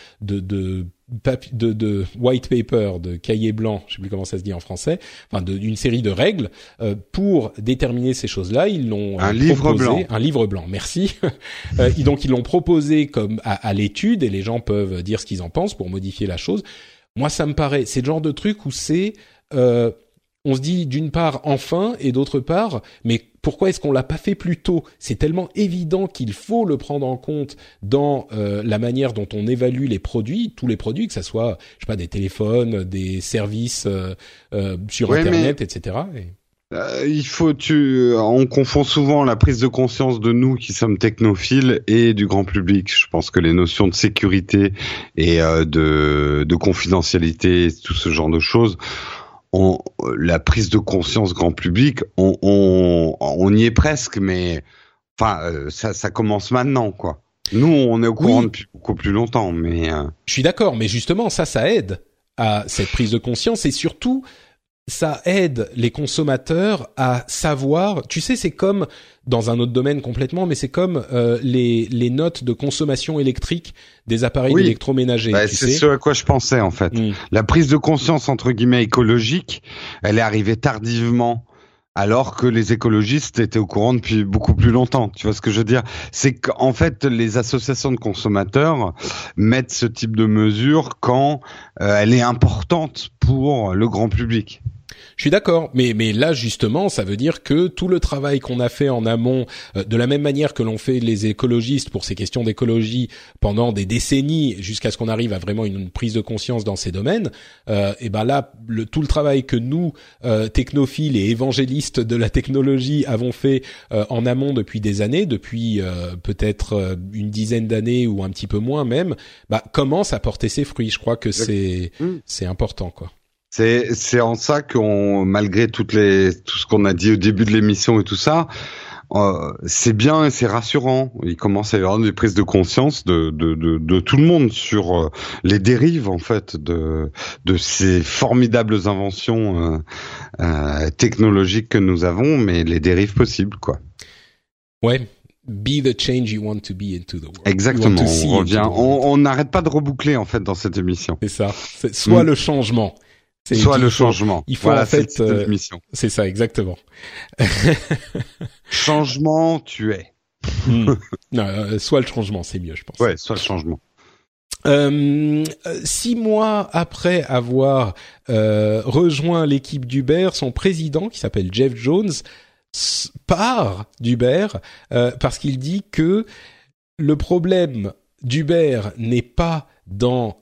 B: white paper, de cahier blanc, je sais plus comment ça se dit en français, enfin d'une série de règles pour déterminer ces choses-là. Ils l'ont
C: un livre
B: blanc, merci. Donc ils l'ont proposé comme à l'étude et les gens peuvent dire ce qu'ils en pensent pour modifier la chose. Moi, ça me paraît, c'est le genre de truc où c'est on se dit d'une part enfin et d'autre part, mais pourquoi est-ce qu'on l'a pas fait plus tôt ? C'est tellement évident qu'il faut le prendre en compte dans la manière dont on évalue les produits, tous les produits, que ça soit, je sais pas, des téléphones, des services sur Internet, etc.
C: On confond souvent la prise de conscience de nous qui sommes technophiles et du grand public. Je pense que les notions de sécurité et de confidentialité, tout ce genre de choses, la prise de conscience grand public, on y est presque, mais enfin ça commence maintenant, quoi. Nous, on est au courant depuis beaucoup plus longtemps, mais
B: je suis d'accord, mais justement ça aide à cette prise de conscience et surtout ça aide les consommateurs à savoir, tu sais, c'est comme dans un autre domaine complètement, mais c'est comme les notes de consommation électrique des appareils électroménagers.
C: C'est ce à quoi je pensais en fait. La prise de conscience entre guillemets écologique, elle est arrivée tardivement, alors que les écologistes étaient au courant depuis beaucoup plus longtemps. Tu vois ce que je veux dire ? C'est qu'en fait, les associations de consommateurs mettent ce type de mesure quand elle est importante pour le grand public.
B: Je suis d'accord, mais là justement, ça veut dire que tout le travail qu'on a fait en amont, de la même manière que l'ont fait les écologistes pour ces questions d'écologie pendant des décennies, jusqu'à ce qu'on arrive à vraiment une prise de conscience dans ces domaines, et ben là, tout le travail que nous, technophiles et évangélistes de la technologie, avons fait en amont depuis des années, depuis peut-être une dizaine d'années ou un petit peu moins même, commence à porter ses fruits. Je crois que c'est important, quoi.
C: C'est en ça qu'on, malgré tout ce qu'on a dit au début de l'émission et tout ça, c'est bien et c'est rassurant. Il commence à y avoir des prises de conscience de tout le monde sur les dérives en fait de ces formidables inventions technologiques que nous avons, mais les dérives possibles, quoi.
B: Ouais. Be the change you want to be into the world.
C: Exactement. On revient. On n'arrête pas de reboucler en fait dans cette émission.
B: C'est ça. Soit le changement.
C: Soit le changement.
B: Il faut en fait. C'est ça, exactement.
C: Changement, tu es.
B: Non, soit le changement, c'est mieux, je pense.
C: Ouais, soit le changement.
B: 6 mois après avoir rejoint l'équipe d'Uber, son président, qui s'appelle Jeff Jones, part d'Uber parce qu'il dit que le problème d'Uber n'est pas dans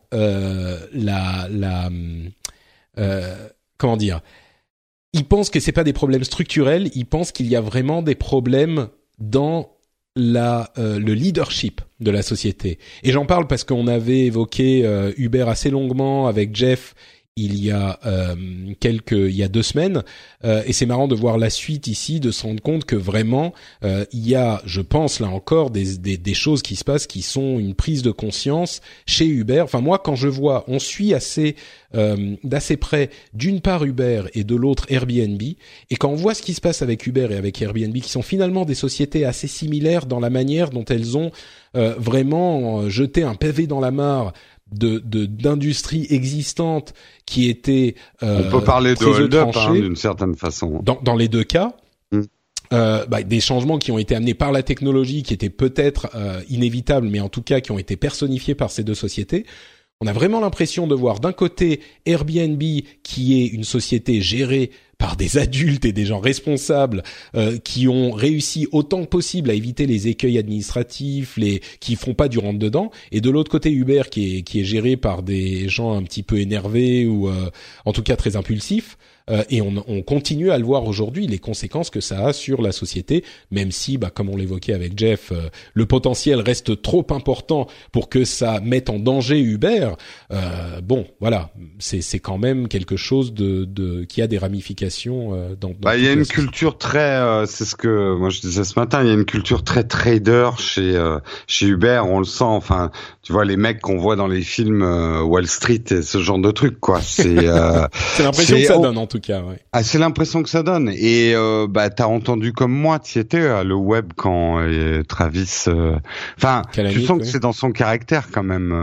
B: comment dire, il pense que c'est pas des problèmes structurels, il pense qu'il y a vraiment des problèmes dans le leadership de la société. Et j'en parle parce qu'on avait évoqué Uber assez longuement avec Jeff il y a 2 semaines, et c'est marrant de voir la suite ici, de se rendre compte que vraiment il y a, je pense là encore, des choses qui se passent qui sont une prise de conscience chez Uber. Enfin moi, quand je vois, on suit d'assez près d'une part Uber et de l'autre Airbnb, et quand on voit ce qui se passe avec Uber et avec Airbnb, qui sont finalement des sociétés assez similaires dans la manière dont elles ont vraiment jeté un pavé dans la mare d'industries existantes qui étaient
C: on peut parler de hold-up d'une certaine façon.
B: Dans les deux cas, des changements qui ont été amenés par la technologie, qui étaient peut-être inévitables, mais en tout cas qui ont été personnifiés par ces deux sociétés. On a vraiment l'impression de voir d'un côté Airbnb, qui est une société gérée par des adultes et des gens responsables qui ont réussi autant que possible à éviter les écueils administratifs, qui font pas du rentre dedans, et de l'autre côté Uber qui est géré par des gens un petit peu énervés ou en tout cas très impulsifs. Et on continue à le voir aujourd'hui, les conséquences que ça a sur la société, même si, comme on l'évoquait avec Jeff, le potentiel reste trop important pour que ça mette en danger Uber. Bon, voilà, c'est quand même quelque chose qui a des ramifications dans
C: il y a une culture très, c'est ce que moi je disais ce matin, il y a une culture très trader chez Uber, on le sent. Enfin, tu vois les mecs qu'on voit dans les films Wall Street et ce genre de trucs, quoi. C'est
B: l'impression que ça donne en tout cas. Ouais.
C: Ah, c'est l'impression que ça donne. Et t'as entendu comme moi, t'y étais à le web quand Travis. Enfin, tu sens que c'est dans son caractère quand même.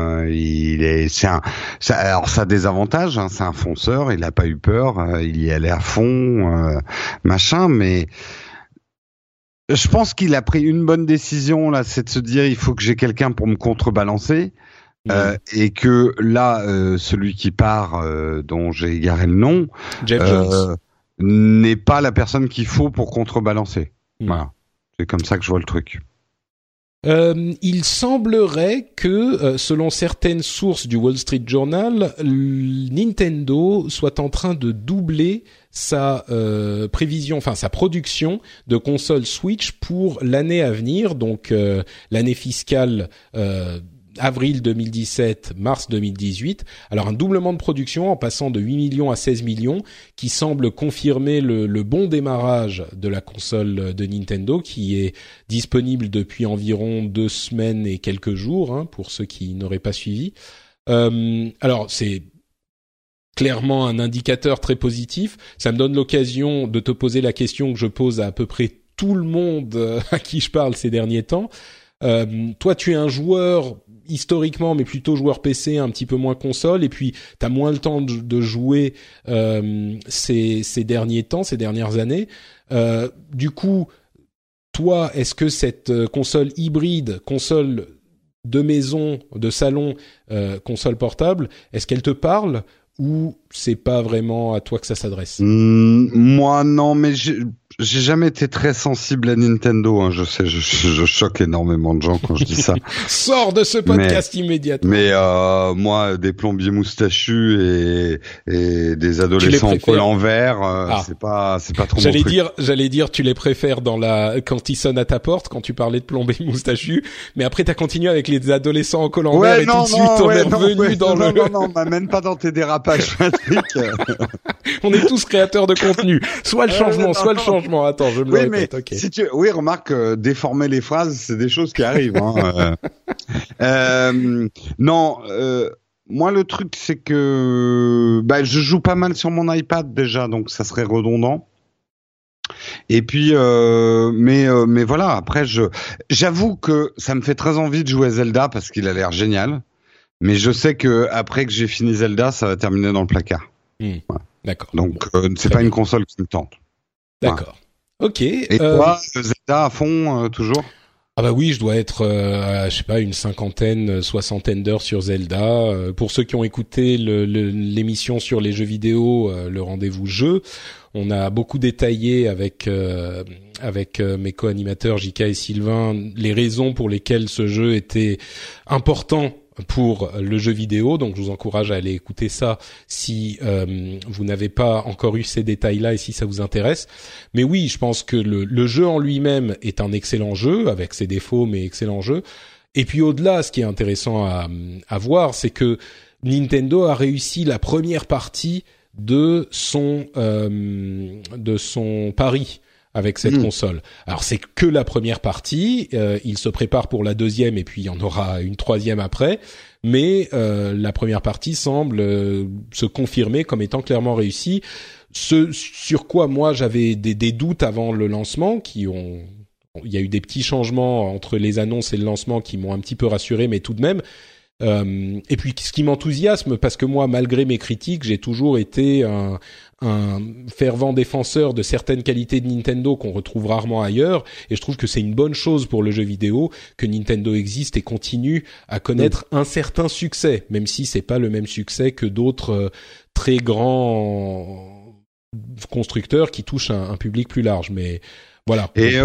C: Alors ça a des avantages. Hein, c'est un fonceur. Il a pas eu peur. Il y allait à fond, machin. Mais je pense qu'il a pris une bonne décision là, c'est de se dire il faut que j'ai quelqu'un pour me contrebalancer. Et que là, celui qui part, dont j'ai égaré le nom,
B: Jeff Jones,
C: n'est pas la personne qu'il faut pour contrebalancer. Voilà, c'est comme ça que je vois le truc.
B: Il semblerait que, selon certaines sources du Wall Street Journal, Nintendo soit en train de doubler sa sa production de consoles Switch pour l'année à venir, donc l'année fiscale avril 2017, mars 2018. Alors un doublement de production en passant de 8 millions à 16 millions qui semble confirmer le bon démarrage de la console de Nintendo qui est disponible depuis environ 2 semaines et quelques jours, pour ceux qui n'auraient pas suivi. Alors c'est clairement un indicateur très positif. Ça me donne l'occasion de te poser la question que je pose à peu près tout le monde à qui je parle ces derniers temps. Toi, tu es un joueur historiquement, mais plutôt joueur PC, un petit peu moins console, et puis t'as moins le temps de jouer ces derniers temps, ces dernières années. Du coup, toi, est-ce que cette console hybride, console de maison, de salon, console portable, est-ce qu'elle te parle ou c'est pas vraiment à toi que ça s'adresse?
C: Moi, non, mais j'ai jamais été très sensible à Nintendo. Hein. Je sais, je choque énormément de gens quand je dis ça.
B: Sors de ce podcast immédiatement.
C: Mais moi, des plombiers moustachus et des adolescents en col en verre, c'est pas trop mon truc.
B: J'allais dire, tu les préfères quand ils sonnent à ta porte, quand tu parlais de plombiers moustachus. Mais après, t'as continué avec les adolescents en col en verre et tout de suite, on est revenu dans le...
C: Non, m'amène pas dans tes dérapages, Patrick.
B: On est tous créateurs de contenu. Soit le changement, soit le changement. Attends, je me le répète.
C: Mais
B: okay.
C: Oui, remarque, déformer les phrases, c'est des choses qui arrivent. Hein. Non, moi le truc c'est que je joue pas mal sur mon iPad déjà, donc ça serait redondant. Et puis, mais voilà. Après, j'avoue que ça me fait très envie de jouer à Zelda parce qu'il a l'air génial. Mais je sais que après que j'ai fini Zelda, ça va terminer dans le placard.
B: Voilà. D'accord.
C: Donc c'est pas une console qui me tente.
B: D'accord.
C: Voilà. Ok. Et toi, Zelda à fond toujours?
B: Ah bah oui, je dois être, je sais pas, une 50aine, 60aine d'heures sur Zelda. Pour ceux qui ont écouté l'émission sur les jeux vidéo, le rendez-vous jeu, on a beaucoup détaillé avec mes co-animateurs JK et Sylvain les raisons pour lesquelles ce jeu était important pour le jeu vidéo, donc je vous encourage à aller écouter ça si vous n'avez pas encore eu ces détails-là et si ça vous intéresse. Mais oui, je pense que le jeu en lui-même est un excellent jeu, avec ses défauts, mais excellent jeu. Et puis au-delà, ce qui est intéressant à voir, c'est que Nintendo a réussi la première partie de son pari avec cette console. Alors c'est que la première partie, il se prépare pour la deuxième et puis il y en aura une troisième après, mais la première partie semble se confirmer comme étant clairement réussie. Ce sur quoi moi j'avais des doutes avant le lancement, il y a eu des petits changements entre les annonces et le lancement qui m'ont un petit peu rassuré, mais tout de même. Et puis ce qui m'enthousiasme, parce que moi, malgré mes critiques, j'ai toujours été un un fervent défenseur de certaines qualités de Nintendo qu'on retrouve rarement ailleurs, et je trouve que c'est une bonne chose pour le jeu vidéo que Nintendo existe et continue à connaître un certain succès, même si c'est pas le même succès que d'autres très grands constructeurs qui touchent un public plus large, mais voilà.
C: Et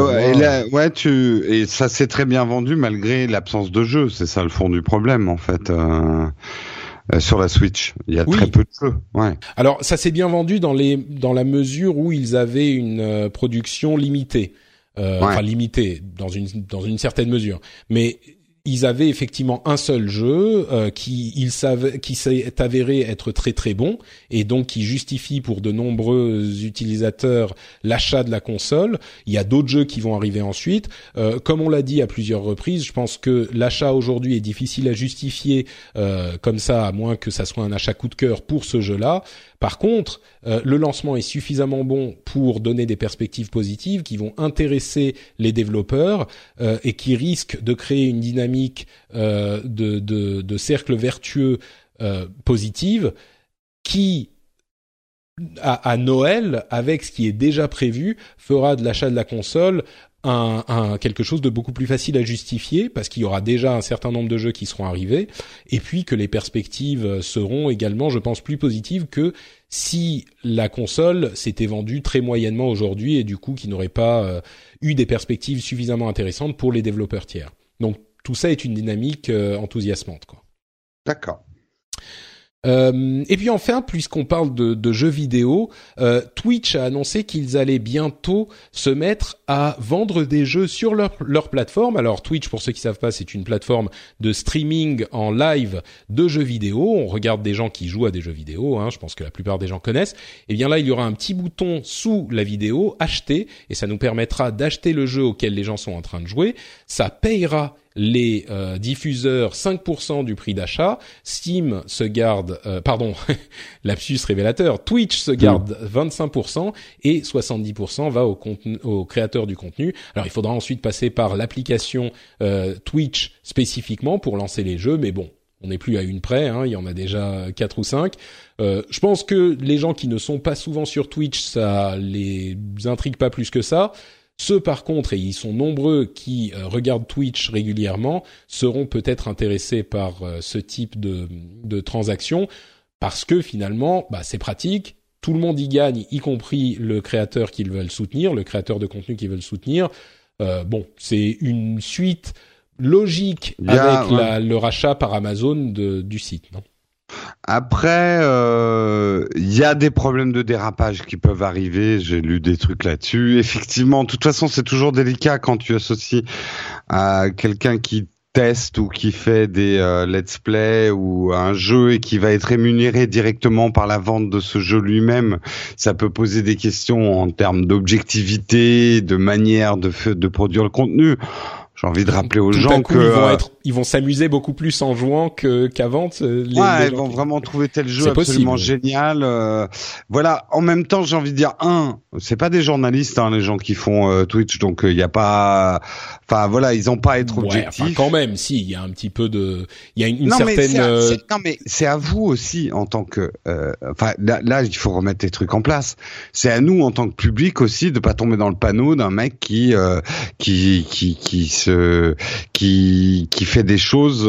C: ça s'est très bien vendu malgré l'absence de jeu. C'est ça le fond du problème en fait. Sur la Switch, il y a très peu de jeux. Ouais.
B: Alors ça s'est bien vendu dans la mesure où ils avaient une production limitée, enfin limitée dans une certaine mesure, mais ils avaient effectivement un seul jeu qui s'est avéré être très très bon et donc qui justifie pour de nombreux utilisateurs l'achat de la console. Il y a d'autres jeux qui vont arriver ensuite. Comme on l'a dit à plusieurs reprises, je pense que l'achat aujourd'hui est difficile à justifier comme ça, à moins que ça soit un achat coup de cœur pour ce jeu-là. Par contre, le lancement est suffisamment bon pour donner des perspectives positives qui vont intéresser les développeurs et qui risquent de créer une dynamique de cercle vertueux positive qui, à Noël, avec ce qui est déjà prévu, fera de l'achat de la console quelque chose de beaucoup plus facile à justifier parce qu'il y aura déjà un certain nombre de jeux qui seront arrivés et puis que les perspectives seront également, je pense, plus positives que si la console s'était vendue très moyennement aujourd'hui et du coup qui n'aurait pas eu des perspectives suffisamment intéressantes pour les développeurs tiers. Donc tout ça est une dynamique enthousiasmante, quoi.
C: D'accord.
B: Et puis enfin, puisqu'on parle de jeux vidéo, Twitch a annoncé qu'ils allaient bientôt se mettre à vendre des jeux sur leur plateforme. Alors Twitch, pour ceux qui savent pas, c'est une plateforme de streaming en live de jeux vidéo. On regarde des gens qui jouent à des jeux vidéo, je pense que la plupart des gens connaissent. Et bien là, il y aura un petit bouton sous la vidéo, acheter, et ça nous permettra d'acheter le jeu auquel les gens sont en train de jouer. Ça payera les diffuseurs 5% du prix d'achat. Steam se garde, lapsus révélateur, Twitch se garde 25% et 70% va au créateur du contenu. Alors il faudra ensuite passer par l'application Twitch spécifiquement pour lancer les jeux, mais bon, on n'est plus à une près, il y en a déjà 4 ou 5. Je pense que les gens qui ne sont pas souvent sur Twitch, ça les intrigue pas plus que ça. Ceux, par contre, et ils sont nombreux qui regardent Twitch régulièrement, seront peut-être intéressés par ce type de transaction parce que finalement, c'est pratique. Tout le monde y gagne, y compris le créateur qu'ils veulent soutenir, le créateur de contenu qu'ils veulent soutenir. C'est une suite logique avec le rachat par Amazon du site, non ?
C: Après, il y a des problèmes de dérapage qui peuvent arriver. J'ai lu des trucs là-dessus. Effectivement, de toute façon, c'est toujours délicat quand tu associes à quelqu'un qui teste ou qui fait des let's play ou un jeu et qui va être rémunéré directement par la vente de ce jeu lui-même. Ça peut poser des questions en termes d'objectivité, de manière de produire le contenu. J'ai envie de rappeler aux gens que
B: ils vont s'amuser beaucoup plus en jouant qu'avant.
C: Ils vont vraiment trouver tel jeu absolument génial. Voilà. En même temps, j'ai envie de dire c'est pas des journalistes, les gens qui font Twitch, donc il y a pas. Enfin voilà, ils ont pas à être objectifs.
B: Quand même, si il y a un petit peu il y a une certaine.
C: Mais c'est à vous aussi en tant que. Là, il faut remettre les trucs en place. C'est à nous en tant que public aussi de pas tomber dans le panneau d'un mec qui fait des choses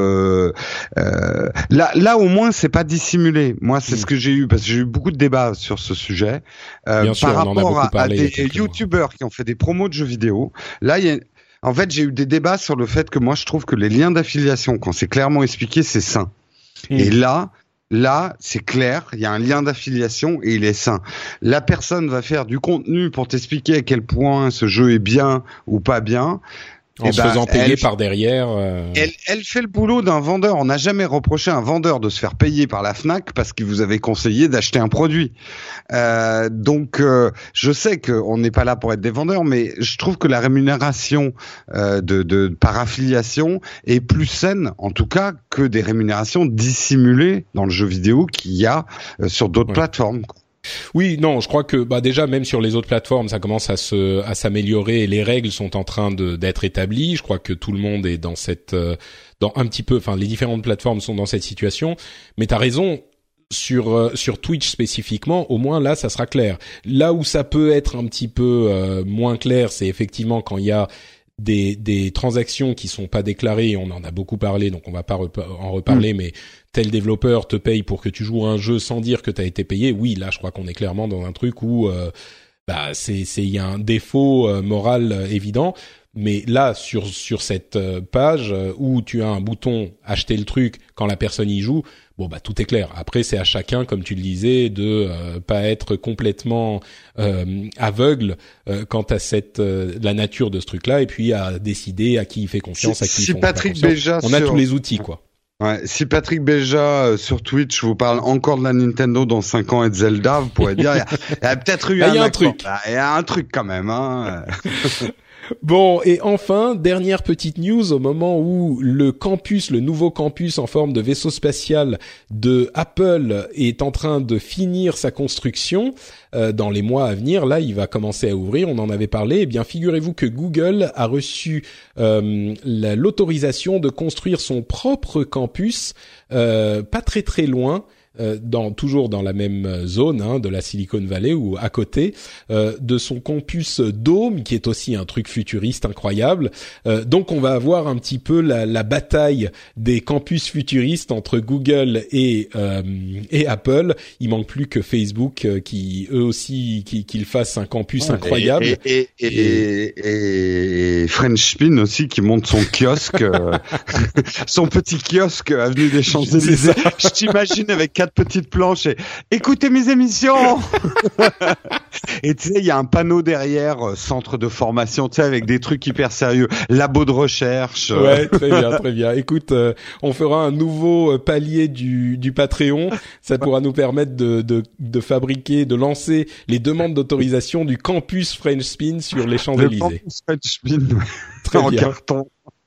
C: là au moins c'est pas dissimulé. Moi c'est ce que j'ai eu parce que j'ai eu beaucoup de débats sur ce sujet par rapport à des youtubeurs qui ont fait des promos de jeux vidéo. Là en fait j'ai eu des débats sur le fait que moi je trouve que les liens d'affiliation quand c'est clairement expliqué c'est sain. Et là, c'est clair, il y a un lien d'affiliation et il est sain. La personne va faire du contenu pour t'expliquer à quel point ce jeu est bien ou pas bien.
B: En se faisant payer par derrière.
C: Elle fait le boulot d'un vendeur. On n'a jamais reproché à un vendeur de se faire payer par la Fnac parce qu'il vous avait conseillé d'acheter un produit. Donc, je sais qu'on n'est pas là pour être des vendeurs, mais je trouve que la rémunération par affiliation est plus saine, en tout cas, que des rémunérations dissimulées dans le jeu vidéo qu'il y a sur d'autres plateformes.
B: Oui, non, je crois que déjà même sur les autres plateformes, ça commence à s'améliorer et les règles sont en train d'être établies. Je crois que tout le monde est dans les différentes plateformes sont dans cette situation. Mais t'as raison, sur Twitch spécifiquement, au moins là, ça sera clair. Là où ça peut être un petit peu moins clair, c'est effectivement quand il y a des transactions qui sont pas déclarées. On en a beaucoup parlé, donc on va pas en reparler, mais tel développeur te paye pour que tu joues un jeu sans dire que tu as été payé. Oui, là, je crois qu'on est clairement dans un truc où il y a un défaut moral évident. Mais là, sur cette page où tu as un bouton acheter le truc quand la personne y joue, tout est clair. Après, c'est à chacun, comme tu le disais, de pas être complètement aveugle quant à la nature de ce truc-là, et puis à décider à qui il fait confiance, à qui il fait pas confiance. On a tous les outils, quoi.
C: Ouais, si Patrick Béja sur Twitch vous parle encore de la Nintendo dans 5 ans et de Zelda, vous pourrez dire il y a peut-être eu un truc. Il y a un truc quand même, hein.
B: Bon, et enfin, dernière petite news, au moment où le nouveau campus en forme de vaisseau spatial de Apple est en train de finir sa construction, dans les mois à venir, là, il va commencer à ouvrir, on en avait parlé, eh bien, figurez-vous que Google a reçu l'autorisation de construire son propre campus, pas très très loin, toujours dans la même zone de la Silicon Valley ou à côté de son campus Dome, qui est aussi un truc futuriste incroyable. Donc on va avoir un petit peu la bataille des campus futuristes entre Google et Apple. Il manque plus que Facebook qui eux aussi qu'ils fassent un campus incroyable.
C: Et French Spin aussi qui monte son kiosque, son petit kiosque avenue des Champs-Élysées. Je t'imagine avec 4 petites planches et écoutez mes émissions. Et tu sais, il y a un panneau derrière, centre de formation, tu sais, avec des trucs hyper sérieux, labo de recherche.
B: Ouais, très bien, très bien. Écoute, on fera un nouveau palier du Patreon. Ça pourra nous permettre de fabriquer, de lancer les demandes d'autorisation du campus French Spin sur les Champs-Élysées. Le
C: campus French Spin,
B: très
C: en
B: bien.
C: Carton.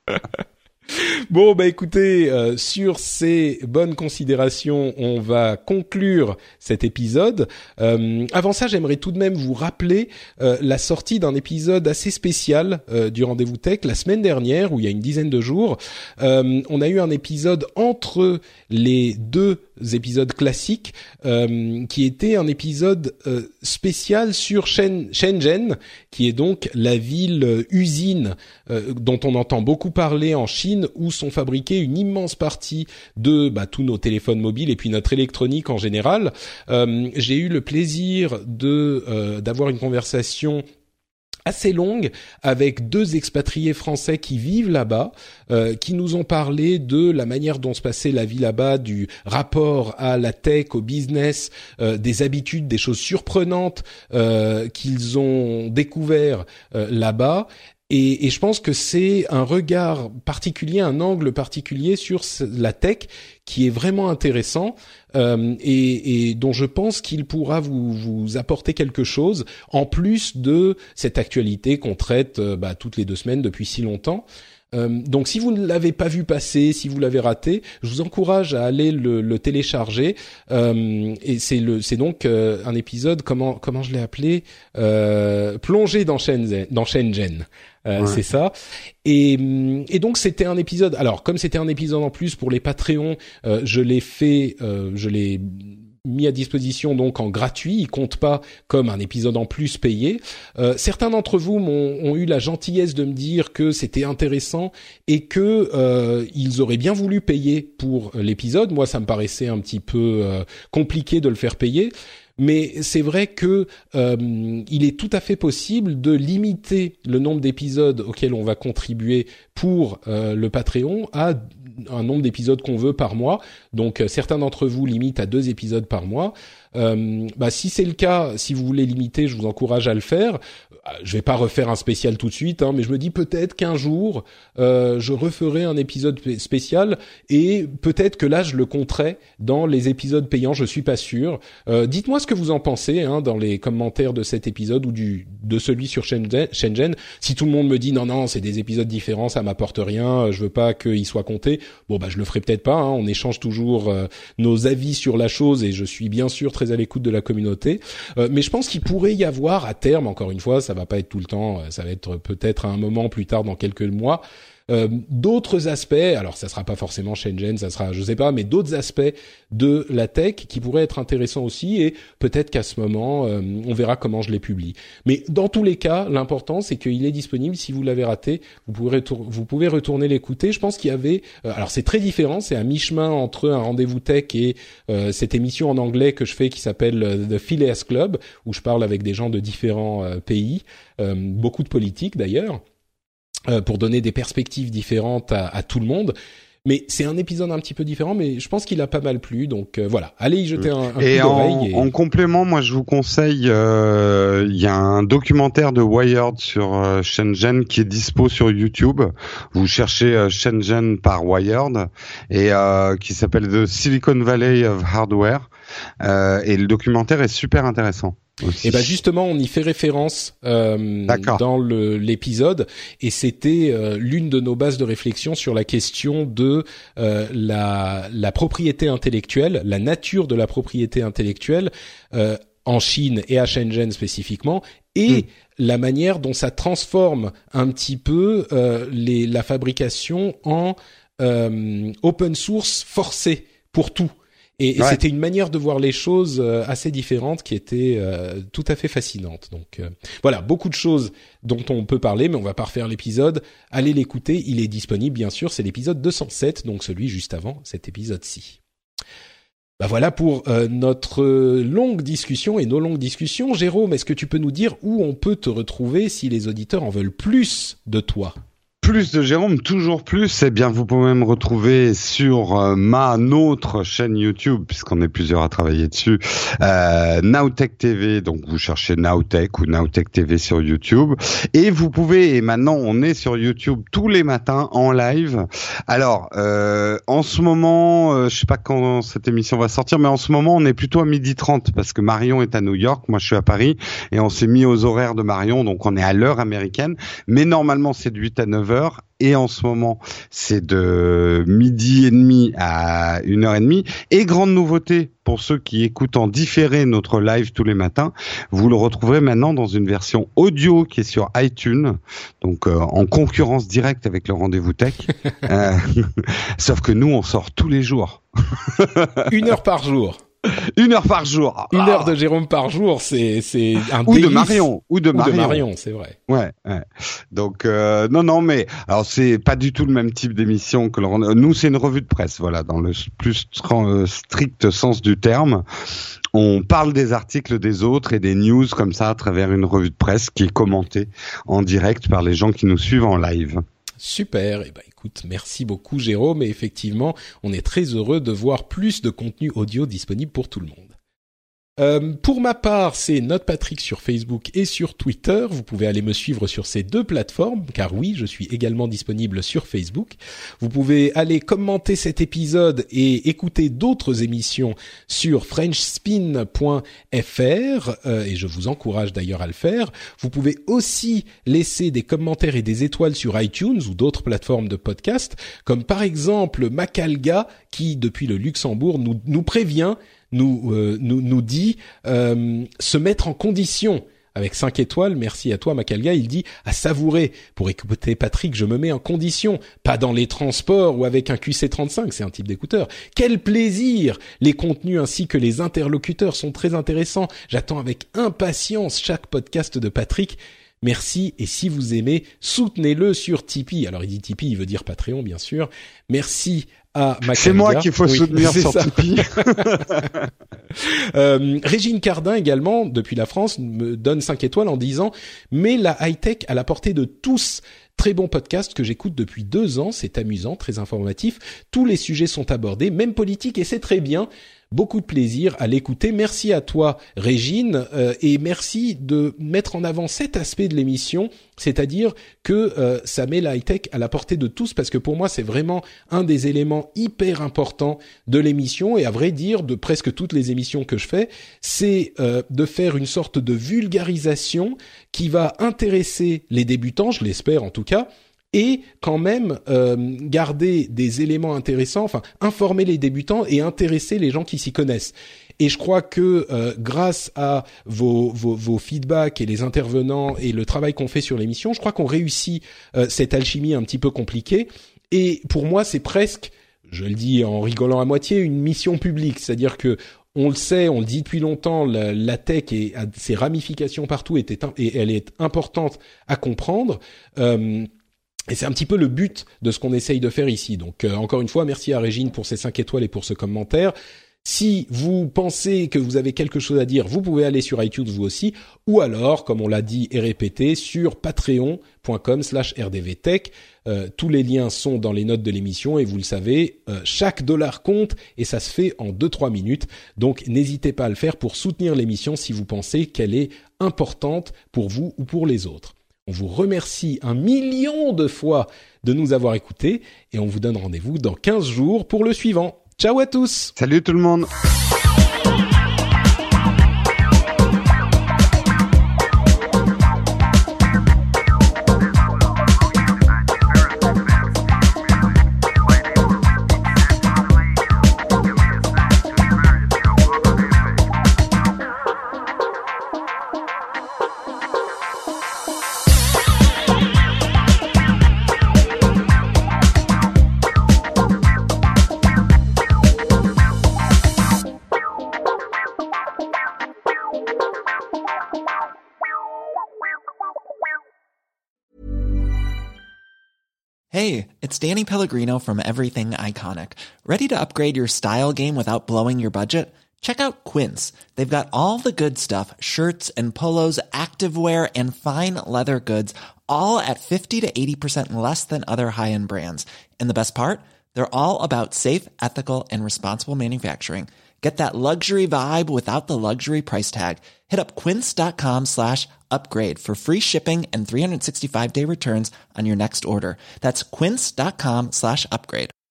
B: Bon, écoutez, sur ces bonnes considérations, on va conclure cet épisode. Avant ça, j'aimerais tout de même vous rappeler la sortie d'un épisode assez spécial du Rendez-vous Tech la semaine dernière, où il y a une dizaine de jours. On a eu un épisode entre les deux épisodes classiques, qui était un épisode spécial sur Shenzhen, qui est donc la ville usine dont on entend beaucoup parler en Chine, où sont fabriqués une immense partie de tous nos téléphones mobiles et puis notre électronique en général. J'ai eu le plaisir d'avoir une conversation assez longue avec 2 expatriés français qui vivent là-bas, qui nous ont parlé de la manière dont se passait la vie là-bas, du rapport à la tech, au business, des habitudes, des choses surprenantes qu'ils ont découvert là-bas. Et je pense que c'est un regard particulier, un angle particulier sur la tech qui est vraiment intéressant et dont je pense qu'il pourra vous apporter quelque chose en plus de cette actualité qu'on traite toutes les 2 semaines depuis si longtemps. Donc si vous ne l'avez pas vu passer, si vous l'avez raté, je vous encourage à aller le télécharger. Et c'est donc un épisode, comment je l'ai appelé, plongé dans Shenzhen. Ouais. C'est ça. Et donc c'était un épisode. Alors comme c'était un épisode en plus pour les Patreons, je l'ai mis à disposition donc en gratuit. Il compte pas comme un épisode en plus payé. Certains d'entre vous ont eu la gentillesse de me dire que c'était intéressant et que ils auraient bien voulu payer pour l'épisode. Moi, ça me paraissait un petit peu compliqué de le faire payer. Mais c'est vrai que il est tout à fait possible de limiter le nombre d'épisodes auxquels on va contribuer pour le Patreon à un nombre d'épisodes qu'on veut par mois. Donc certains d'entre vous limitent à 2 épisodes par mois. Si c'est le cas, si vous voulez limiter, je vous encourage à le faire. Je vais pas refaire un spécial tout de suite, mais je me dis peut-être qu'un jour je referai un épisode spécial et peut-être que là je le compterai dans les épisodes payants. Je suis pas sûr. Dites-moi ce que vous en pensez dans les commentaires de cet épisode ou de celui sur Shenzhen. Si tout le monde me dit non, c'est des épisodes différents, ça m'apporte rien, je veux pas qu'ils soient comptés. Je le ferai peut-être pas. On échange toujours nos avis sur la chose et je suis bien sûr très à l'écoute de la communauté. Mais je pense qu'il pourrait y avoir à terme, encore une fois, ça va pas être tout le temps, ça va être peut-être à un moment plus tard dans quelques mois, d'autres aspects. Alors ça sera pas forcément Shenzhen, ça sera, je sais pas, mais d'autres aspects de la tech qui pourraient être intéressants aussi. Et peut-être qu'à ce moment, on verra comment je les publie. Mais dans tous les cas, l'important c'est qu'il est disponible. Si vous l'avez raté, vous pouvez retourner l'écouter. Je pense qu'il y avait, alors c'est très différent, c'est à mi-chemin entre un rendez-vous tech et cette émission en anglais que je fais qui s'appelle The Phileas Club, où je parle avec des gens de différents pays, beaucoup de politiques d'ailleurs, pour donner des perspectives différentes à tout le monde. Mais c'est un épisode un petit peu différent, mais je pense qu'il a pas mal plu. Donc voilà, allez y jeter un coup d'oreille.
C: En complément, moi je vous conseille, il y a un documentaire de Wired sur Shenzhen qui est dispo sur YouTube. Vous cherchez Shenzhen par Wired et qui s'appelle The Silicon Valley of Hardware. Et le documentaire est super intéressant.
B: Et ben justement, on y fait référence dans l'épisode, et c'était l'une de nos bases de réflexion sur la question de la propriété intellectuelle, la nature de la propriété intellectuelle en Chine et à Shenzhen spécifiquement, et la manière dont ça transforme un petit peu la fabrication en open source forcé pour tout. Et c'était une manière de voir les choses assez différente qui était tout à fait fascinante. Donc voilà, beaucoup de choses dont on peut parler, mais on va pas refaire l'épisode. Allez l'écouter, il est disponible bien sûr, c'est l'épisode 207, donc celui juste avant cet épisode-ci. Bah voilà pour notre longue discussion et nos longues discussions. Jérôme, est-ce que tu peux nous dire où on peut te retrouver si les auditeurs en veulent plus de toi ?
C: Plus de Jérôme, toujours plus, eh bien vous pouvez me retrouver sur notre chaîne YouTube, puisqu'on est plusieurs à travailler dessus, Nowtech TV, donc vous cherchez Nowtech ou Nowtech TV sur YouTube, et vous pouvez, et maintenant on est sur YouTube tous les matins en live. Alors, en ce moment, je sais pas quand cette émission va sortir, mais en ce moment on est plutôt à 12h30, parce que Marion est à New York, moi je suis à Paris, et on s'est mis aux horaires de Marion, donc on est à l'heure américaine, mais normalement c'est de 8 à 9h, et en ce moment c'est de 12h30 à 1h30. Et grande nouveauté pour ceux qui écoutent en différé notre live tous les matins, vous le retrouverez maintenant dans une version audio qui est sur iTunes, donc en concurrence directe avec le rendez-vous tech. Sauf que nous on sort tous les jours.
B: 1 heure par jour.
C: 1 heure par jour.
B: 1 heure de Jérôme par jour, c'est un
C: ou
B: délice.
C: Ou de Marion,
B: c'est vrai.
C: Ouais. Donc non, mais alors c'est pas du tout le même type d'émission que nous, c'est une revue de presse, voilà, dans le plus strict sens du terme. On parle des articles des autres et des news comme ça à travers une revue de presse qui est commentée en direct par les gens qui nous suivent en live.
B: Super, et écoute, merci beaucoup Jérôme, et effectivement, on est très heureux de voir plus de contenu audio disponible pour tout le monde. Pour ma part, c'est NotePatrick sur Facebook et sur Twitter. Vous pouvez aller me suivre sur ces deux plateformes, car oui, je suis également disponible sur Facebook. Vous pouvez aller commenter cet épisode et écouter d'autres émissions sur frenchspin.fr, et je vous encourage d'ailleurs à le faire. Vous pouvez aussi laisser des commentaires et des étoiles sur iTunes ou d'autres plateformes de podcast, comme par exemple Macalga, qui depuis le Luxembourg nous prévient, nous dit se mettre en condition avec 5 étoiles. Merci à toi Macalga. Il dit à savourer. Pour écouter Patrick, je me mets en condition, pas dans les transports ou avec un QC35, c'est un type d'écouteur. Quel plaisir! Les contenus ainsi que les interlocuteurs sont très intéressants. J'attends avec impatience chaque podcast de Patrick. Merci, et si vous aimez, soutenez-le sur Tipeee. Alors il dit Tipeee, il veut dire Patreon bien sûr. Merci à Macalga.
C: C'est moi qu'il faut soutenir sur Tipeee.
B: Régine Cardin également, depuis la France, me donne 5 étoiles en disant « Mets la high-tech à la portée de tous ». Très bon podcast que j'écoute depuis 2 ans, c'est amusant, très informatif. Tous les sujets sont abordés, même politique, et c'est très bien. Beaucoup de plaisir à l'écouter. Merci à toi, Régine, et merci de mettre en avant cet aspect de l'émission, c'est-à-dire que ça met la high-tech à la portée de tous, parce que pour moi, c'est vraiment un des éléments hyper importants de l'émission, et à vrai dire, de presque toutes les émissions que je fais, c'est de faire une sorte de vulgarisation qui va intéresser les débutants, je l'espère en tout cas, et quand même garder des éléments intéressants, enfin informer les débutants et intéresser les gens qui s'y connaissent. Et je crois que grâce à vos feedbacks et les intervenants et le travail qu'on fait sur l'émission, je crois qu'on réussit cette alchimie un petit peu compliquée. Et pour moi, c'est presque, je le dis en rigolant à moitié, une mission publique. C'est-à-dire que on le sait, on le dit depuis longtemps, la tech et ses ramifications partout et elle est importante à comprendre. Et c'est un petit peu le but de ce qu'on essaye de faire ici. Donc encore une fois, merci à Régine pour ses 5 étoiles et pour ce commentaire. Si vous pensez que vous avez quelque chose à dire, vous pouvez aller sur iTunes vous aussi, ou alors, comme on l'a dit et répété, sur patreon.com/rdvtech. Tous les liens sont dans les notes de l'émission et vous le savez, chaque dollar compte et ça se fait en 2-3 minutes. Donc n'hésitez pas à le faire pour soutenir l'émission si vous pensez qu'elle est importante pour vous ou pour les autres. On vous remercie 1 million de fois de nous avoir écoutés et on vous donne rendez-vous dans 15 jours pour le suivant. Ciao à tous!
C: Salut tout le monde!
F: Hey, it's Danny Pellegrino from Everything Iconic. Ready to upgrade your style game without blowing your budget? Check out Quince. They've got all the good stuff, shirts and polos, activewear, and fine leather goods, all at 50 to 80% less than other high-end brands. And the best part? They're all about safe, ethical, and responsible manufacturing. Get that luxury vibe without the luxury price tag. Hit up quince.com/upgrade for free shipping and 365-day returns on your next order. That's quince.com/upgrade.